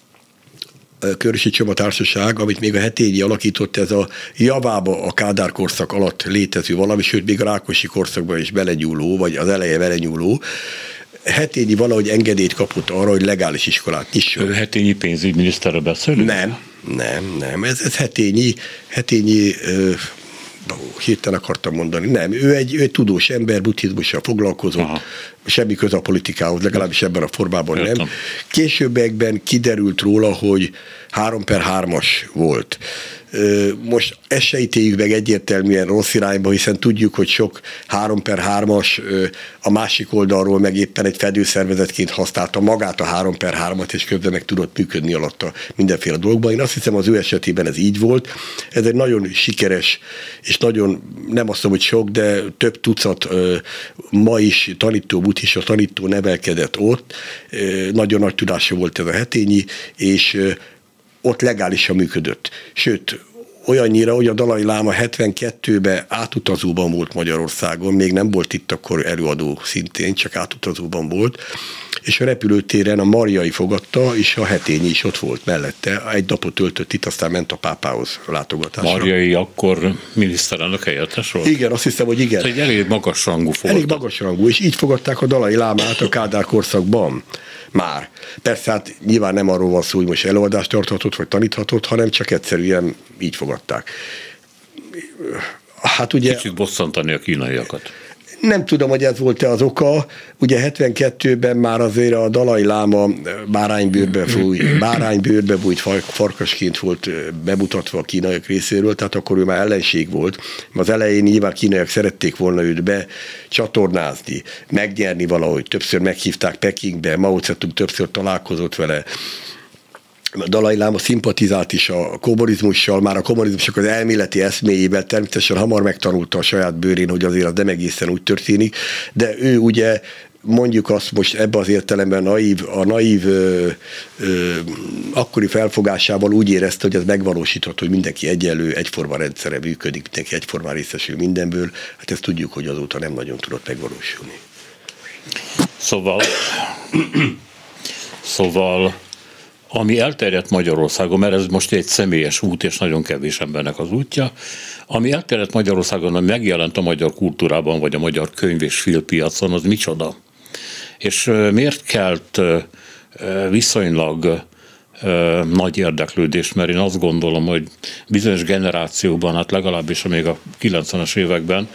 Körösi Csoma Társaság, amit még a Hetényi alakított, ez a javába a Kádár korszak alatt létező valami, sőt még a Rákosi korszakban is belenyúló, vagy az eleje belenyúló. Hetényi valahogy engedélyt kapott arra, hogy legális iskolát nyisson. Hetényi pénzügyminiszterről beszélünk? Nem, nem, nem. Ez, ez Hetényi, Hetényi ö, hirtelen akartam mondani. Nem, ő egy, ő egy tudós ember, buddhizmussal foglalkozott, aha, semmi köze a politikához, legalábbis ebben a formában értem, nem. Későbbiekben kiderült róla, hogy három per hármas volt. Most ezt se ítéljük meg egyértelműen rossz irányba, hiszen tudjuk, hogy sok három per hármas a másik oldalról meg éppen egy fedőszervezetként használta magát a három per hármat, és közben meg tudott működni alatta mindenféle dolgokban. Én azt hiszem, az ő esetében ez így volt. Ez egy nagyon sikeres, és nagyon, nem azt mondom, hogy sok, de több tucat ma is tanító, buddhista tanító nevelkedett ott. Nagyon nagy tudása volt ez a Hetényi, és ott legálisan működött. Sőt, olyannyira, hogy a Dalai Láma hetvenkettőben átutazóban volt Magyarországon, még nem volt itt akkor előadó szintén, csak átutazóban volt, és a repülőtéren a Marjai fogadta, és a Hetényi is ott volt mellette. Egy napot töltött itt, aztán ment a pápához látogatásra. Marjai akkor miniszterelnök helyettes volt? Igen, azt hiszem, hogy igen. Ez egy elég magasrangú fogadta. Elég magasrangú, és így fogadták a Dalai Lámát a Kádár korszakban. Már. Persze hát nyilván nem arról van szó, hogy most előadást tarthatott, vagy taníthatott, hanem csak egyszerűen így fogadták. Hát ugye... Kicsit bosszantani a kínaiakat. Nem tudom, hogy ez volt-e az oka. Ugye hetvenkettőben már azért a Dalai Láma báránybőrbe fúj, báránybőrbe bújt farkasként volt bemutatva a kínaiak részéről, tehát akkor ő már ellenség volt. Az elején nyilván kínaiak szerették volna őt becsatornázni, megnyerni valahogy. Többször meghívták Pekingbe, Mao Zedong többször találkozott vele. A Dalai Láma szimpatizált is a kommunizmussal, már a kommunizmusok az elméleti eszméjével természetesen hamar megtanulta a saját bőrén, hogy azért az nem egészen úgy történik, de ő ugye mondjuk azt most ebben az értelemben naív, a naív ö, ö, akkori felfogásával úgy érezte, hogy ez megvalósítható, hogy mindenki egyenlő, egyforma rendszere működik, mindenki egyformán részesül mindenből. Hát ezt tudjuk, hogy azóta nem nagyon tudott megvalósulni. Szóval, szóval ami elterjedt Magyarországon, mert ez most egy személyes út, és nagyon kevés embernek az útja, ami elterjedt Magyarországon, ami megjelent a magyar kultúrában, vagy a magyar könyv- és filmpiacon, az micsoda? És miért kelt viszonylag nagy érdeklődés, mert én azt gondolom, hogy bizonyos generációban, hát legalábbis még a kilencvenes években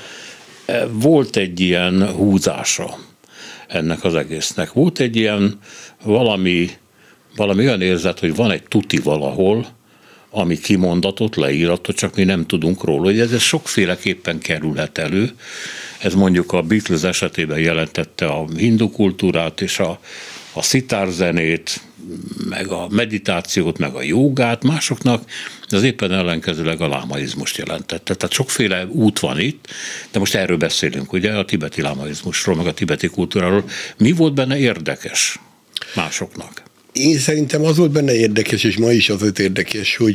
volt egy ilyen húzása ennek az egésznek. Volt egy ilyen valami, valami olyan érzet, hogy van egy tuti valahol, ami kimondatott, leíratott, csak mi nem tudunk róla, hogy ez, ez sokféleképpen kerülhet elő. Ez mondjuk a Beatles esetében jelentette a hindu kultúrát és a, a szitárzenét, meg a meditációt, meg a jogát, másoknak az éppen ellenkezőleg a lámaizmust jelentette. Tehát sokféle út van itt, de most erről beszélünk, ugye, a tibeti lámaizmusról, meg a tibeti kultúráról. Mi volt benne érdekes másoknak? Én szerintem az volt benne érdekes, és ma is az érdekes, hogy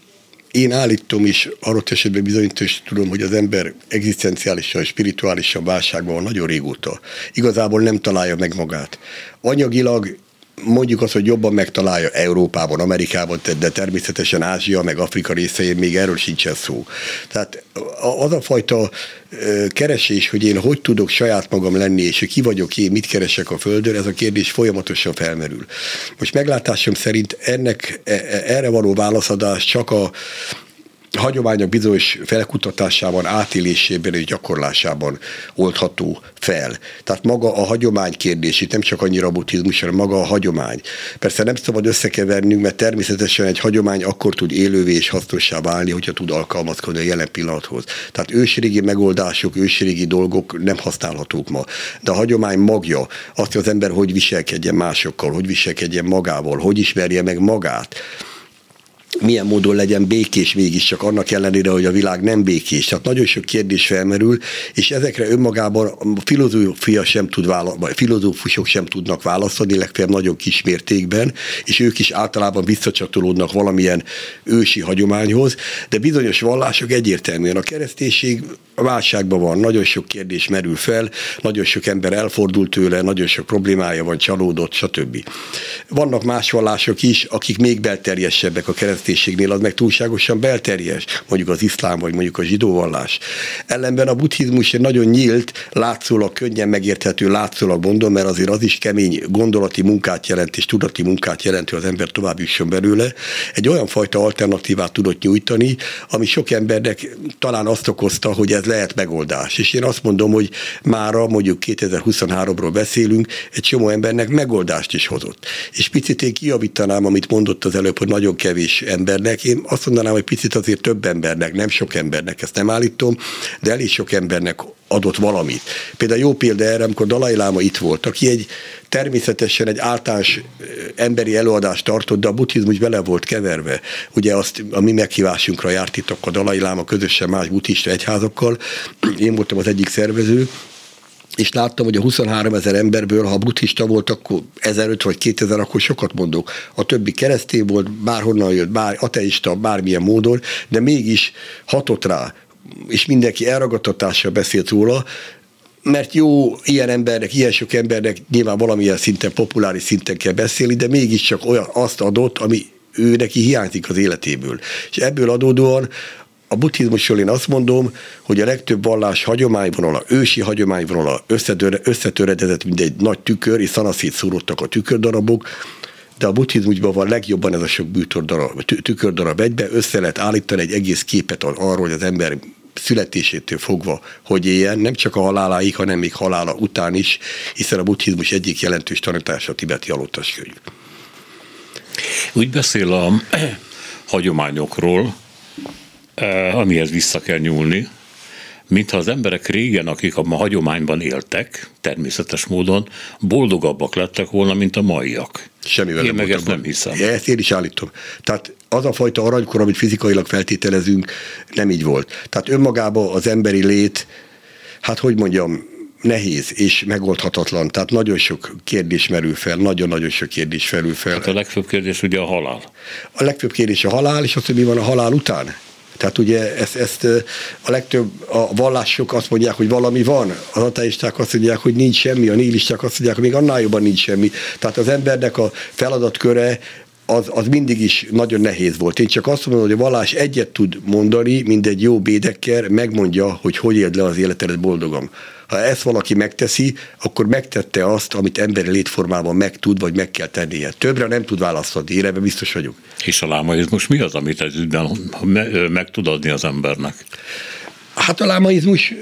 én állítom is, adott esetben bizonyítős tudom, hogy az ember egzisztenciálisan, spirituálisan válságban van nagyon régóta. Igazából nem találja meg magát. Anyagilag mondjuk azt, hogy jobban megtalálja Európában, Amerikában, de természetesen Ázsia, meg Afrika részein még erről sincsen szó. Tehát az a fajta keresés, hogy én hogy tudok saját magam lenni, és ki vagyok én, mit keresek a Földön, ez a kérdés folyamatosan felmerül. Most meglátásom szerint ennek, erre való válaszadás csak a hagyományok bizonyos felkutatásában, átélésében és gyakorlásában oldható fel. Tehát maga a hagyomány kérdés, itt nem csak annyira a buddhizmus, hanem maga a hagyomány. Persze nem szabad összekevernünk, mert természetesen egy hagyomány akkor tud élővé és hasznossá válni, hogyha tud alkalmazkodni a jelen pillanathoz. Tehát ősrégi megoldások, ősrégi dolgok nem használhatók ma. De a hagyomány magja, azt, hogy az ember hogy viselkedjen másokkal, hogy viselkedjen magával, hogy ismerje meg magát, milyen módon legyen békés mégiscsak annak ellenére, hogy a világ nem békés. Tehát nagyon sok kérdés felmerül, és ezekre önmagában a filozófia sem tud vála- vagy filozófusok sem tudnak válaszolni, legfeljebb nagyon kis mértékben, és ők is általában visszacsatolódnak valamilyen ősi hagyományhoz, de bizonyos vallások egyértelműen a kereszténység válságban van, nagyon sok kérdés merül fel, nagyon sok ember elfordult tőle, nagyon sok problémája van, csalódott, stb. Vannak más vallások is, akik még belterjesebbek a kereszténységnél, az meg túlságosan belterjes, mondjuk az iszlám, vagy mondjuk a zsidó vallás. Ellenben a buddhizmus egy nagyon nyílt, látszólag könnyen megérthető, látszólag mondom, mert azért az is kemény gondolati munkát jelent, és tudati munkát jelent, hogy az ember tovább jusson belőle. Egy olyan fajta alternatívát tudott nyújtani, ami sok embernek talán azt okozta, hogy ez lehet megoldás. És én azt mondom, hogy mára, mondjuk kétezer-huszonháromról beszélünk, egy csomó embernek megoldást is hozott. És picit én kijavítanám, amit mondott az előbb, hogy nagyon kevés embernek. Én azt mondanám, hogy picit azért több embernek, nem sok embernek, ezt nem állítom, de elég sok embernek adott valamit. Például jó példa erre, amikor Dalai Láma itt volt, aki egy természetesen egy általános emberi előadást tartott, de a buddhizmus bele volt keverve. Ugye azt a mi meghívásunkra járt itt a Dalai Láma közösen más buddhista egyházakkal. Én voltam az egyik szervező, és láttam, hogy a huszonhárom ezer emberből, ha buddhista volt, akkor ezeröt vagy kétezer, akkor sokat mondok. A többi keresztény volt, bárhonnan jött, bár ateista, bármilyen módon, de mégis hatott rá, és mindenki elragadtatással beszélt róla, mert jó, ilyen embernek, ilyen sok embernek nyilván valamilyen szinten, populáris szinten kell beszélni, de mégiscsak olyan azt adott, ami ő neki hiányzik az életéből. És ebből adódóan a buddhizmusról én azt mondom, hogy a legtöbb vallás hagyományvonala, ősi hagyományvonala összetöredezett, mint egy nagy tükör, és szanaszét szúrottak a tükördarabok, de a buddhizmusban van legjobban ez a sok bűtordarab, tükördarab egybe, össze lehet állítani egy egész képet arról, hogy az ember születésétől fogva, hogy éljen, nem csak a haláláig, hanem még halála után is, hiszen a buddhizmus egyik jelentős tanítása a tibeti alottaskönyv. Úgy beszél a hagyományokról, amihez vissza kell nyúlni, mintha az emberek régen, akik a hagyományban éltek, természetes módon, boldogabbak lettek volna, mint a maiak. Semmivel én nem meg ezt nem hiszem. Ezt én is állítom. Tehát az a fajta aranykor, amit fizikailag feltételezünk, nem így volt. Tehát önmagában az emberi lét, hát hogy mondjam, nehéz és megoldhatatlan, tehát nagyon sok kérdés merül fel, nagyon-nagyon sok kérdés merül fel. Hát a legfőbb kérdés ugye a halál. A legfőbb kérdés a halál, és az, hogy mi van a halál után. Tehát ugye ezt, ezt a legtöbb a vallások azt mondják, hogy valami van, az ateisták azt mondják, hogy nincs semmi, a nihilisták azt mondják, hogy még annál jobban nincs semmi. Tehát az embernek a feladatköre az, az mindig is nagyon nehéz volt. Én csak azt mondom, hogy a vallás egyet tud mondani, mint egy jó bédekker, megmondja, hogy hogy éld le az életedet boldogan. Ha ezt valaki megteszi, akkor megtette azt, amit emberi létformában meg tud, vagy meg kell tennie. Többre nem tud választani, én ebben biztos vagyok. És a lámaizmus mi az, amit ez ügyben meg tud adni az embernek? Hát a lámaizmus...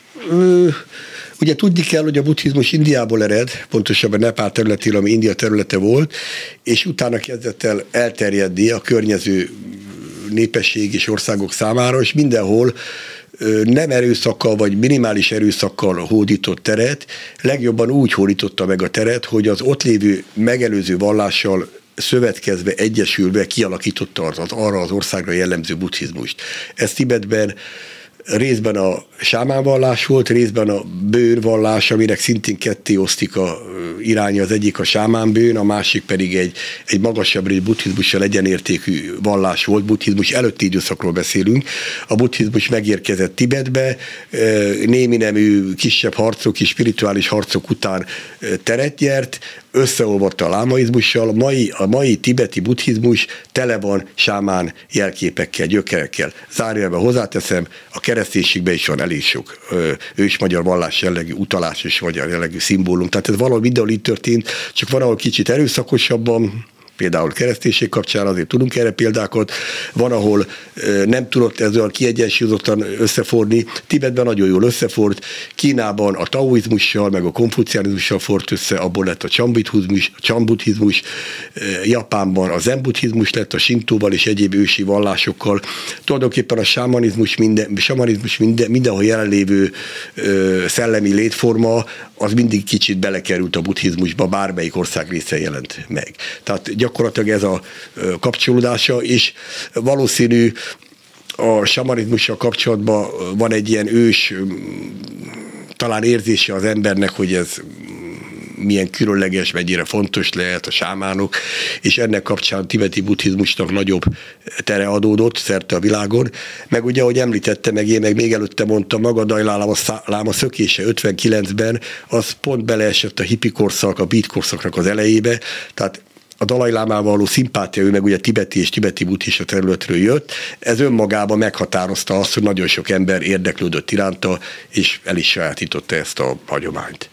Ugye tudni kell, hogy a buddhizmus Indiából ered, pontosabban Nepál területéről, ami India területe volt, és utána kezdett el elterjedni a környező népesség és országok számára, és mindenhol nem erőszakkal, vagy minimális erőszakkal hódított teret, legjobban úgy hódította meg a teret, hogy az ott lévő megelőző vallással szövetkezve, egyesülve kialakította az, az arra az országra jellemző buddhizmust. Ez Tibetben részben a sámánvallás volt, részben a bőnvallás, aminek szintén ketté osztik a iránya, az egyik a sámánbőn, a másik pedig egy, egy magasabb egy buddhizmussal egyenértékű vallás volt, buddhizmus előtti időszakról beszélünk. A buddhizmus megérkezett Tibetbe, némi nemű kisebb harcok és spirituális harcok után teret nyert, összeolvatta a lámaizmussal, a mai, a mai tibeti buddhizmus tele van sámán jelképekkel, gyökerekkel. Zárójelben hozzáteszem, a kereszténységben is van elég sok ős magyar vallás jellegű utalás és magyar jellegű szimbólum. Tehát ez valahol mindenhol így történt, csak van, ahol kicsit erőszakosabban, például kereszténység kapcsán azért tudunk erre példákat, van, ahol nem tudott ez olyan kiegyensúlyozottan összeforni, Tibetben nagyon jól összefort, Kínában a taoizmussal, meg a konfucianizmussal fort össze, abból lett a csambuddhizmus, a csambuddhizmus, Japánban a zen-buddhizmus lett a sintóval és egyéb ősi vallásokkal. Tulajdonképpen a sámanizmus, minden, sámanizmus minden, mindenhol jelenlévő szellemi létforma, az mindig kicsit belekerült a buddhizmusba, bármelyik ország része jelent meg. Tehát gyakorlatilag ez a kapcsolódása, és valószínű a samanizmussal kapcsolatban van egy ilyen ős talán érzése az embernek, hogy ez milyen különleges, mennyire fontos lehet a sámánok, és ennek kapcsán tibeti buddhizmusnak nagyobb tere adódott szerte a világon. Meg ugye, ahogy említette, meg én meg még előtte mondtam, maga Dalai Láma szökése ötvenkilencben, az pont beleesett a hippi korszak, a beat korszaknak az elejébe, tehát a Dalai Lámával való szimpátia, ő meg ugye tibeti és tibeti buddhista területről jött, ez önmagában meghatározta azt, hogy nagyon sok ember érdeklődött iránta, és el is sajátította ezt a hagyományt.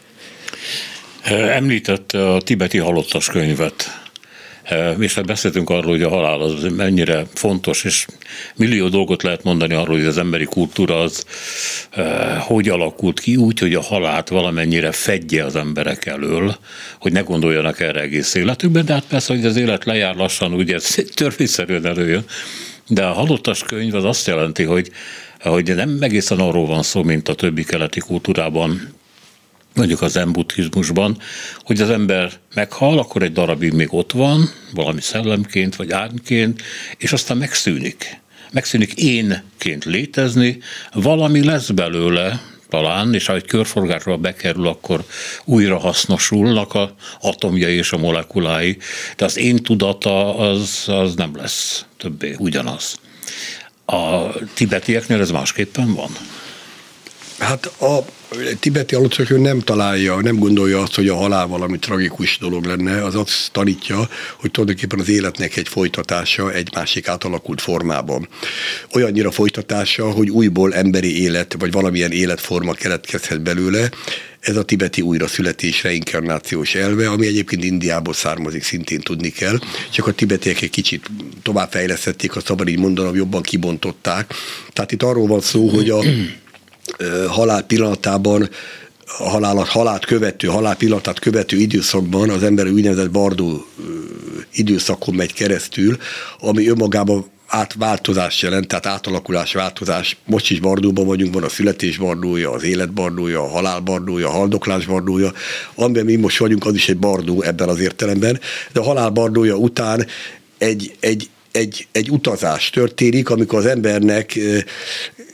Említette a tibeti halottas könyvet, és hát beszéltünk arról, hogy a halál az mennyire fontos, és millió dolgot lehet mondani arról, hogy az emberi kultúra az hogy alakult ki, úgy, hogy a halált valamennyire fedje az emberek elől, hogy ne gondoljanak erre egész életükben, de hát persze, hogy az élet lejár lassan, ugye ez törvényszerűen előjön, de a halottas könyv az azt jelenti, hogy, hogy nem egészen arról van szó, mint a többi keleti kultúrában, mondjuk az zen-buddhizmusban, hogy az ember meghal, akkor egy darabig még ott van, valami szellemként vagy árnyként, és aztán megszűnik. Megszűnik énként létezni, valami lesz belőle talán, és ha egy körforgásba bekerül, akkor újra hasznosulnak az atomjai és a molekulái, de az én tudata az, az nem lesz többé ugyanaz. A tibetieknél ez másképpen van? Hát a tibeti halottak nem találja, nem gondolja azt, hogy a halál valami tragikus dolog lenne, az azt tanítja, hogy tulajdonképpen az életnek egy folytatása egy másik átalakult formában. Olyannyira folytatása, hogy újból emberi élet, vagy valamilyen életforma keletkezhet belőle, ez a tibeti újraszületés, reinkarnációs elve, ami egyébként Indiából származik, szintén tudni kell, csak a tibetiek egy kicsit továbbfejlesztették, ha szabad így mondanom, jobban kibontották. Tehát itt arról van szó, hogy a halál pillanatában, a halálat, halált követő, halál pillanatát követő időszakban az ember úgynevezett bardó időszakon megy keresztül, ami önmagában átváltozás jelent, tehát átalakulás, változás. Most is bardóban vagyunk, van a születés bardója, az élet bardója, a halál bardója, a haldoklás bardója, amiben mi most vagyunk, az is egy bardó ebben az értelemben, de a halál bardója után egy, egy Egy, egy utazás történik, amikor az embernek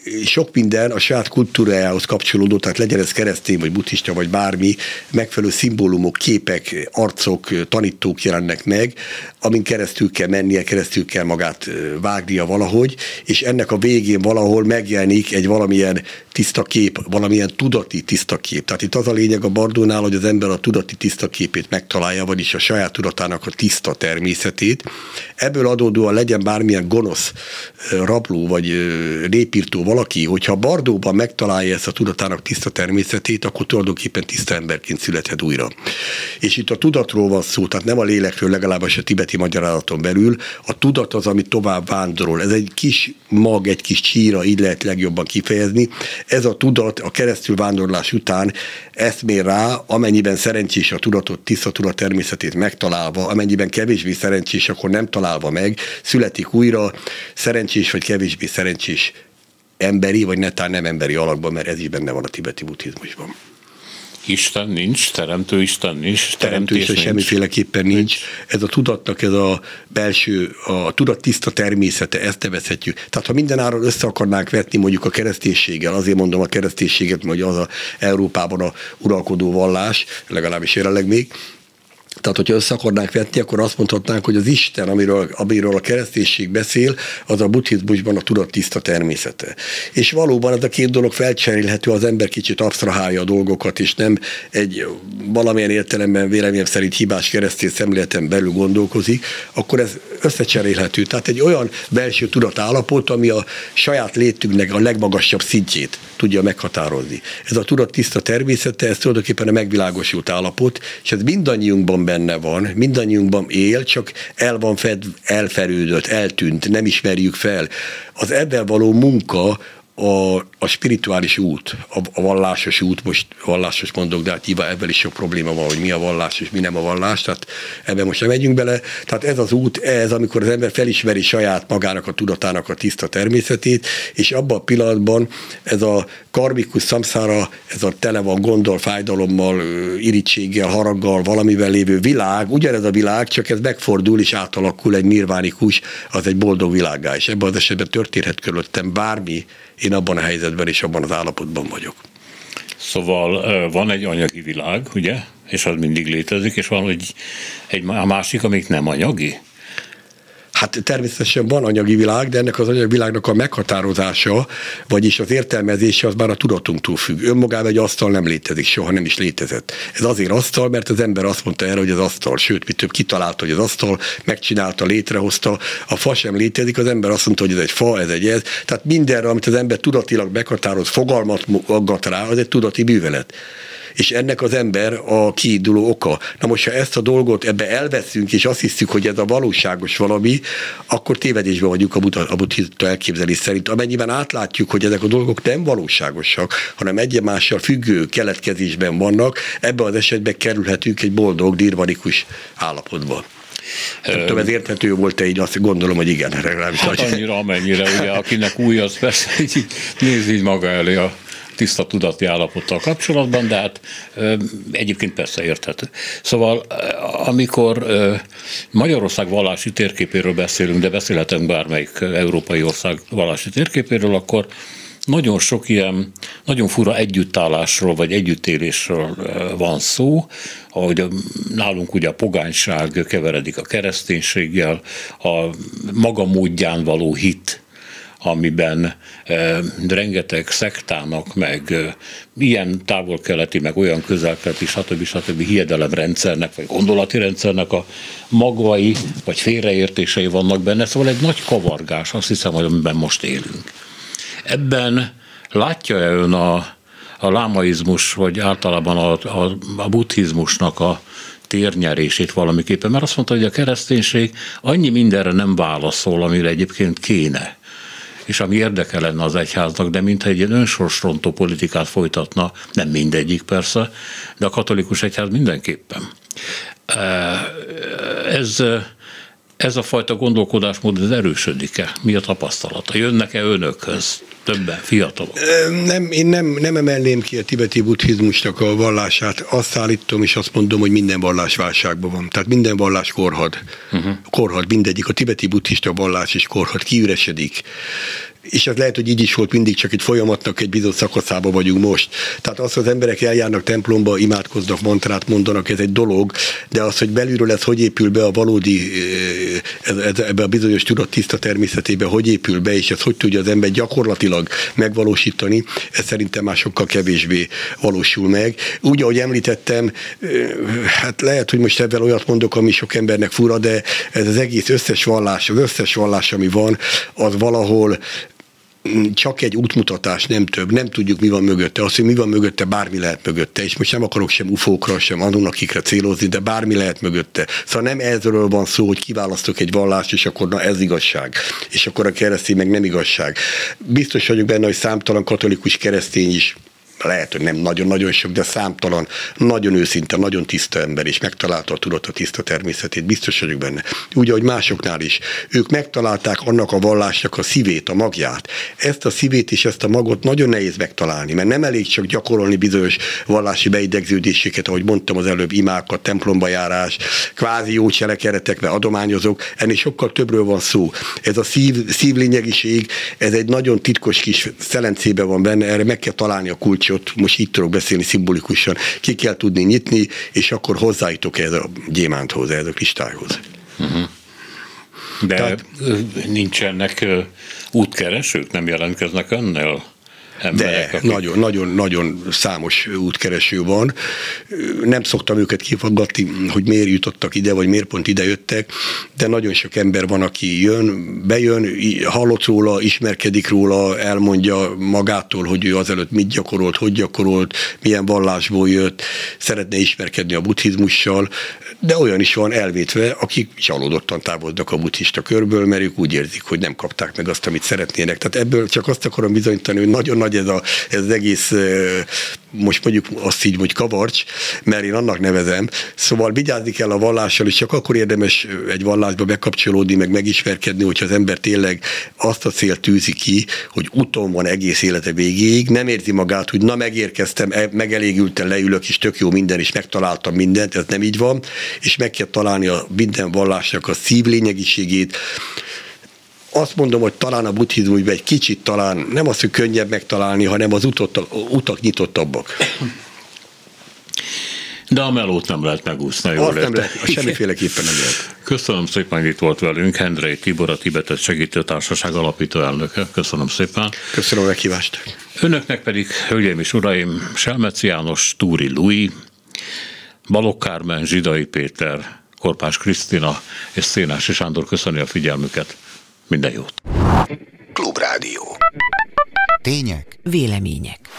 sok minden a saját kultúrájához kapcsolódó, tehát legyen ez keresztény, vagy buddhista, vagy bármi, megfelelő szimbólumok, képek, arcok, tanítók jelennek meg, amin keresztül kell mennie, keresztül kell magát vágnia valahogy, és ennek a végén valahol megjelenik egy valamilyen tiszta kép, valamilyen tudati tiszta kép. Tehát itt az a lényeg a Bardónál, hogy az ember a tudati tiszta képét megtalálja, vagyis a saját tudatának a tiszta természetét. Ebből adódóan legyen bármilyen gonosz rabló, vagy népírtó valaki, hogyha Bardóban megtalálja ezt a tudatának tiszta természetét, akkor tulajdonképpen tiszta emberként születhet újra. És itt a tudatról van szó, tehát nem a lélekről, legalábbis a tibeti magyarázaton belül. A tudat az, ami tovább vándorol. Ez egy kis mag, egy kis csíra, így lehet legjobban kifejezni. Ez a tudat a keresztül vándorlás után eszmél rá, amennyiben szerencsés a tudatot, tiszta tudat természetét megtalálva, amennyiben kevésbé szerencsés, akkor nem találva meg, születik újra szerencsés vagy kevésbé szerencsés emberi, vagy netán nem emberi alakban, mert ez is benne van a tibeti buddhizmusban. Isten nincs, teremtő Isten nincs, teremtő Isten semmiféleképpen nincs. nincs. Ez a tudatnak, ez a belső, a tudat tiszta természete, ezt nevezhetjük. Tehát ha mindenáron össze akarnánk vetni mondjuk a kereszténységgel, azért mondom a kereszténységet, hogy az a Európában a uralkodó vallás, legalábbis jelenleg még, tehát, hogyha össze akarnánk vetni, akkor azt mondhatnánk, hogy az Isten, amiről, amiről a kereszténység beszél, az a buddhizmusban a tudat tiszta természete. És valóban ez a két dolog felcserélhető, az ember kicsit absztrahálja a dolgokat, és nem egy valamilyen értelemben véleményem szerint hibás keresztény szemléleten belül gondolkozik, akkor ez összecserélhető. Tehát egy olyan belső tudatállapot, ami a saját létünknek a legmagasabb szintjét tudja meghatározni. Ez a tudat tiszta természete, ez tulajdonképpen a megvilágosult állapot, és ez mindannyiunkban benne van, mindannyiunkban él, csak el van fed, elferődött, eltűnt, nem ismerjük fel. Az ebben való munka a, a spirituális út, a, a vallásos út, most vallásos mondok, de hát nyilván ebben is sok probléma van, hogy mi a vallás és mi nem a vallás, tehát ebben most nem megyünk bele. Tehát ez az út, ez, amikor az ember felismeri saját magának a tudatának a tiszta természetét, és abban a pillanatban ez a karmikus szamszára, ez a tele van gondol, fájdalommal, irítséggel, haraggal, valamivel lévő világ, ugyanez a világ, csak ez megfordul és átalakul egy nirvánikus, az egy boldog világgá, és ebben az esetben történhet körülöttem bármi, én abban a helyzetben és abban az állapotban vagyok. Szóval van egy anyagi világ, ugye? És az mindig létezik, és van egy, egy másik, amik nem anyagi? Hát természetesen van anyagi világ, de ennek az anyagi világnak a meghatározása, vagyis az értelmezése az már a tudatunktól függ. Önmagában egy asztal nem létezik, soha nem is létezett. Ez azért asztal, mert az ember azt mondta erre, hogy az asztal, sőt, mi több kitalálta, hogy az asztal, megcsinálta, létrehozta. A fa sem létezik, az ember azt mondta, hogy ez egy fa, ez egy ez. Tehát mindenre, amit az ember tudatilag meghatároz, fogalmat aggat rá, az egy tudati művelet. És ennek az ember a kiinduló oka. Na most, ha ezt a dolgot ebbe elveszünk, és azt hiszük, hogy ez a valóságos valami, akkor tévedésben vagyunk a buddhista elképzelés szerint. Amennyiben átlátjuk, hogy ezek a dolgok nem valóságosak, hanem egyemással függő keletkezésben vannak, ebben az esetben kerülhetünk egy boldog, nirvanikus állapotba. Nem tudom, ez érthető volt-e így, azt gondolom, hogy igen. Hát annyira, amennyire, ugye, akinek új, az persze így néz így maga elé a tiszta tudati állapottal kapcsolatban, de hát ö, egyébként persze érthető. Szóval amikor ö, Magyarország vallási térképéről beszélünk, de beszélhetünk bármelyik európai ország vallási térképéről, akkor nagyon sok ilyen, nagyon fura együttállásról vagy együttélésről van szó, ahogy nálunk ugye a pogányság keveredik a kereszténységgel, a maga módján való hit, amiben e, rengeteg szektának, meg e, ilyen távol-keleti, meg olyan közel-keleti, stb. stb. Hiedelemrendszernek, vagy gondolati rendszernek a magvai, vagy félreértései vannak benne, szóval egy nagy kavargás, azt hiszem, hogy amiben most élünk. Ebben látja-e ön a, a lámaizmus, vagy általában a, a, a buddhizmusnak a térnyerését valamiképpen? Mert azt mondta, hogy a kereszténység annyi mindenre nem válaszol, amire egyébként kéne, és ami érdeke lenne az egyháznak, de mintha egy ilyen önsorsrontó politikát folytatna, nem mindegyik persze, de a katolikus egyház mindenképpen. Ez, ez a fajta gondolkodásmód, ez erősödik-e? Mi a tapasztalata? Jönnek-e önökhöz? többen, fiatalok? Nem, én nem, nem emelném ki a tibeti buddhizmusnak a vallását. Azt állítom, és azt mondom, hogy minden vallás válságban van. Tehát minden vallás korhad. Uh-huh. Korhad mindegyik. A tibeti buddhista vallás is korhad, kiüresedik. És ez lehet, hogy így is volt mindig, csak egy folyamatnak egy bizonyos szakaszában vagyunk most. Tehát az, hogy az emberek eljárnak templomba, imádkoznak, mantrát mondanak, ez egy dolog, de az, hogy belülről ez hogy épül be a valódi, ez, ez, ebbe a bizonyos tudat tiszta természetébe, hogy épül be, és ez hogy tudja az ember gyakorlatilag megvalósítani, ez szerintem már sokkal kevésbé valósul meg. Úgy, ahogy említettem, hát lehet, hogy most ebben olyat mondok, ami sok embernek fura, de ez az egész összes vallás, az összes vallás, ami van, az valahol csak egy útmutatás, nem több, nem tudjuk, mi van mögötte. Azt, hogy mi van mögötte, bármi lehet mögötte. És most nem akarok sem ufókra, sem Anunnakikra célozni, de bármi lehet mögötte. Szóval nem ezről van szó, hogy kiválasztok egy vallást, és akkor na ez igazság. És akkor a keresztény meg nem igazság. Biztos vagyok benne, hogy számtalan katolikus keresztény is, lehet, hogy nem nagyon-nagyon sok, de számtalan, nagyon őszinte, nagyon tiszta ember, és megtalálta a tudat a tiszta természetét, biztos vagyok benne. Úgy, ahogy másoknál is. Ők megtalálták annak a vallásnak a szívét, a magját. Ezt a szívét és ezt a magot nagyon nehéz megtalálni, mert nem elég csak gyakorolni bizonyos vallási beidegződéseket, ahogy mondtam az előbb, imákat, templomba járás, kvázi jó cselekedetekbe adományozók, ennél sokkal többről van szó. Ez a szív, szívlényegiség, ez egy nagyon titkos kis szelencébe van benne, erre meg kell találni a kulcs. Ott most így tudok beszélni szimbolikusan, ki kell tudni nyitni, és akkor hozzájutok ez a gyémánthoz, ez a kristályhoz. Uh-huh. De Tehát, nincsenek útkeresők, nem jelentkeznek ennél? Emberek, de akik... nagyon, nagyon, nagyon számos útkereső van. Nem szoktam őket kifaggatni, hogy miért jutottak ide, vagy miért pont ide jöttek, de nagyon sok ember van, aki jön, bejön, hallott róla, ismerkedik róla, elmondja magától, hogy ő azelőtt mit gyakorolt, hogy gyakorolt, milyen vallásból jött, szeretne ismerkedni a buddhizmussal, de olyan is van elvétve, akik csalódottan távolodnak a buddhista körből, mert ők úgy érzik, hogy nem kapták meg azt, amit szeretnének. Tehát ebből csak azt akarom bizonyítani, hogy nagyon nagy ez, a, ez az egész, most mondjuk azt így, hogy kavarcs, mert én annak nevezem. Szóval vigyázni kell a vallással, és csak akkor érdemes egy vallásba bekapcsolódni, meg megismerkedni, hogyha az ember tényleg azt a célt tűzi ki, hogy úton van egész élete végéig, nem érzi magát, hogy na megérkeztem, megelégülten leülök, és tök jó minden, és megtaláltam mindent, ez nem így van, és meg kell találni a minden vallásnak a szívlényegiségét. Azt mondom, hogy talán a buddhizmusban egy kicsit talán, nem az, hogy könnyebb megtalálni, hanem az utok, utak nyitottabbak. De a melót nem lehet megúszni, jól Azt nem lehet, semmiféleképpen nem lehet. Köszönöm szépen, hogy itt volt velünk Hendrei Tibor, a Tibetet Segítő Társaság alapító elnöke. Köszönöm szépen. Köszönöm a meghívást. Önöknek pedig, hölgyeim és uraim, Selmeci János, Túri Lui, Balogh Kármen, Zsidai Péter, Korpás Krisztina és Szénási Sándor köszöni a figyelmüket. Minden jót! Klubrádió. Tények. Vélemények.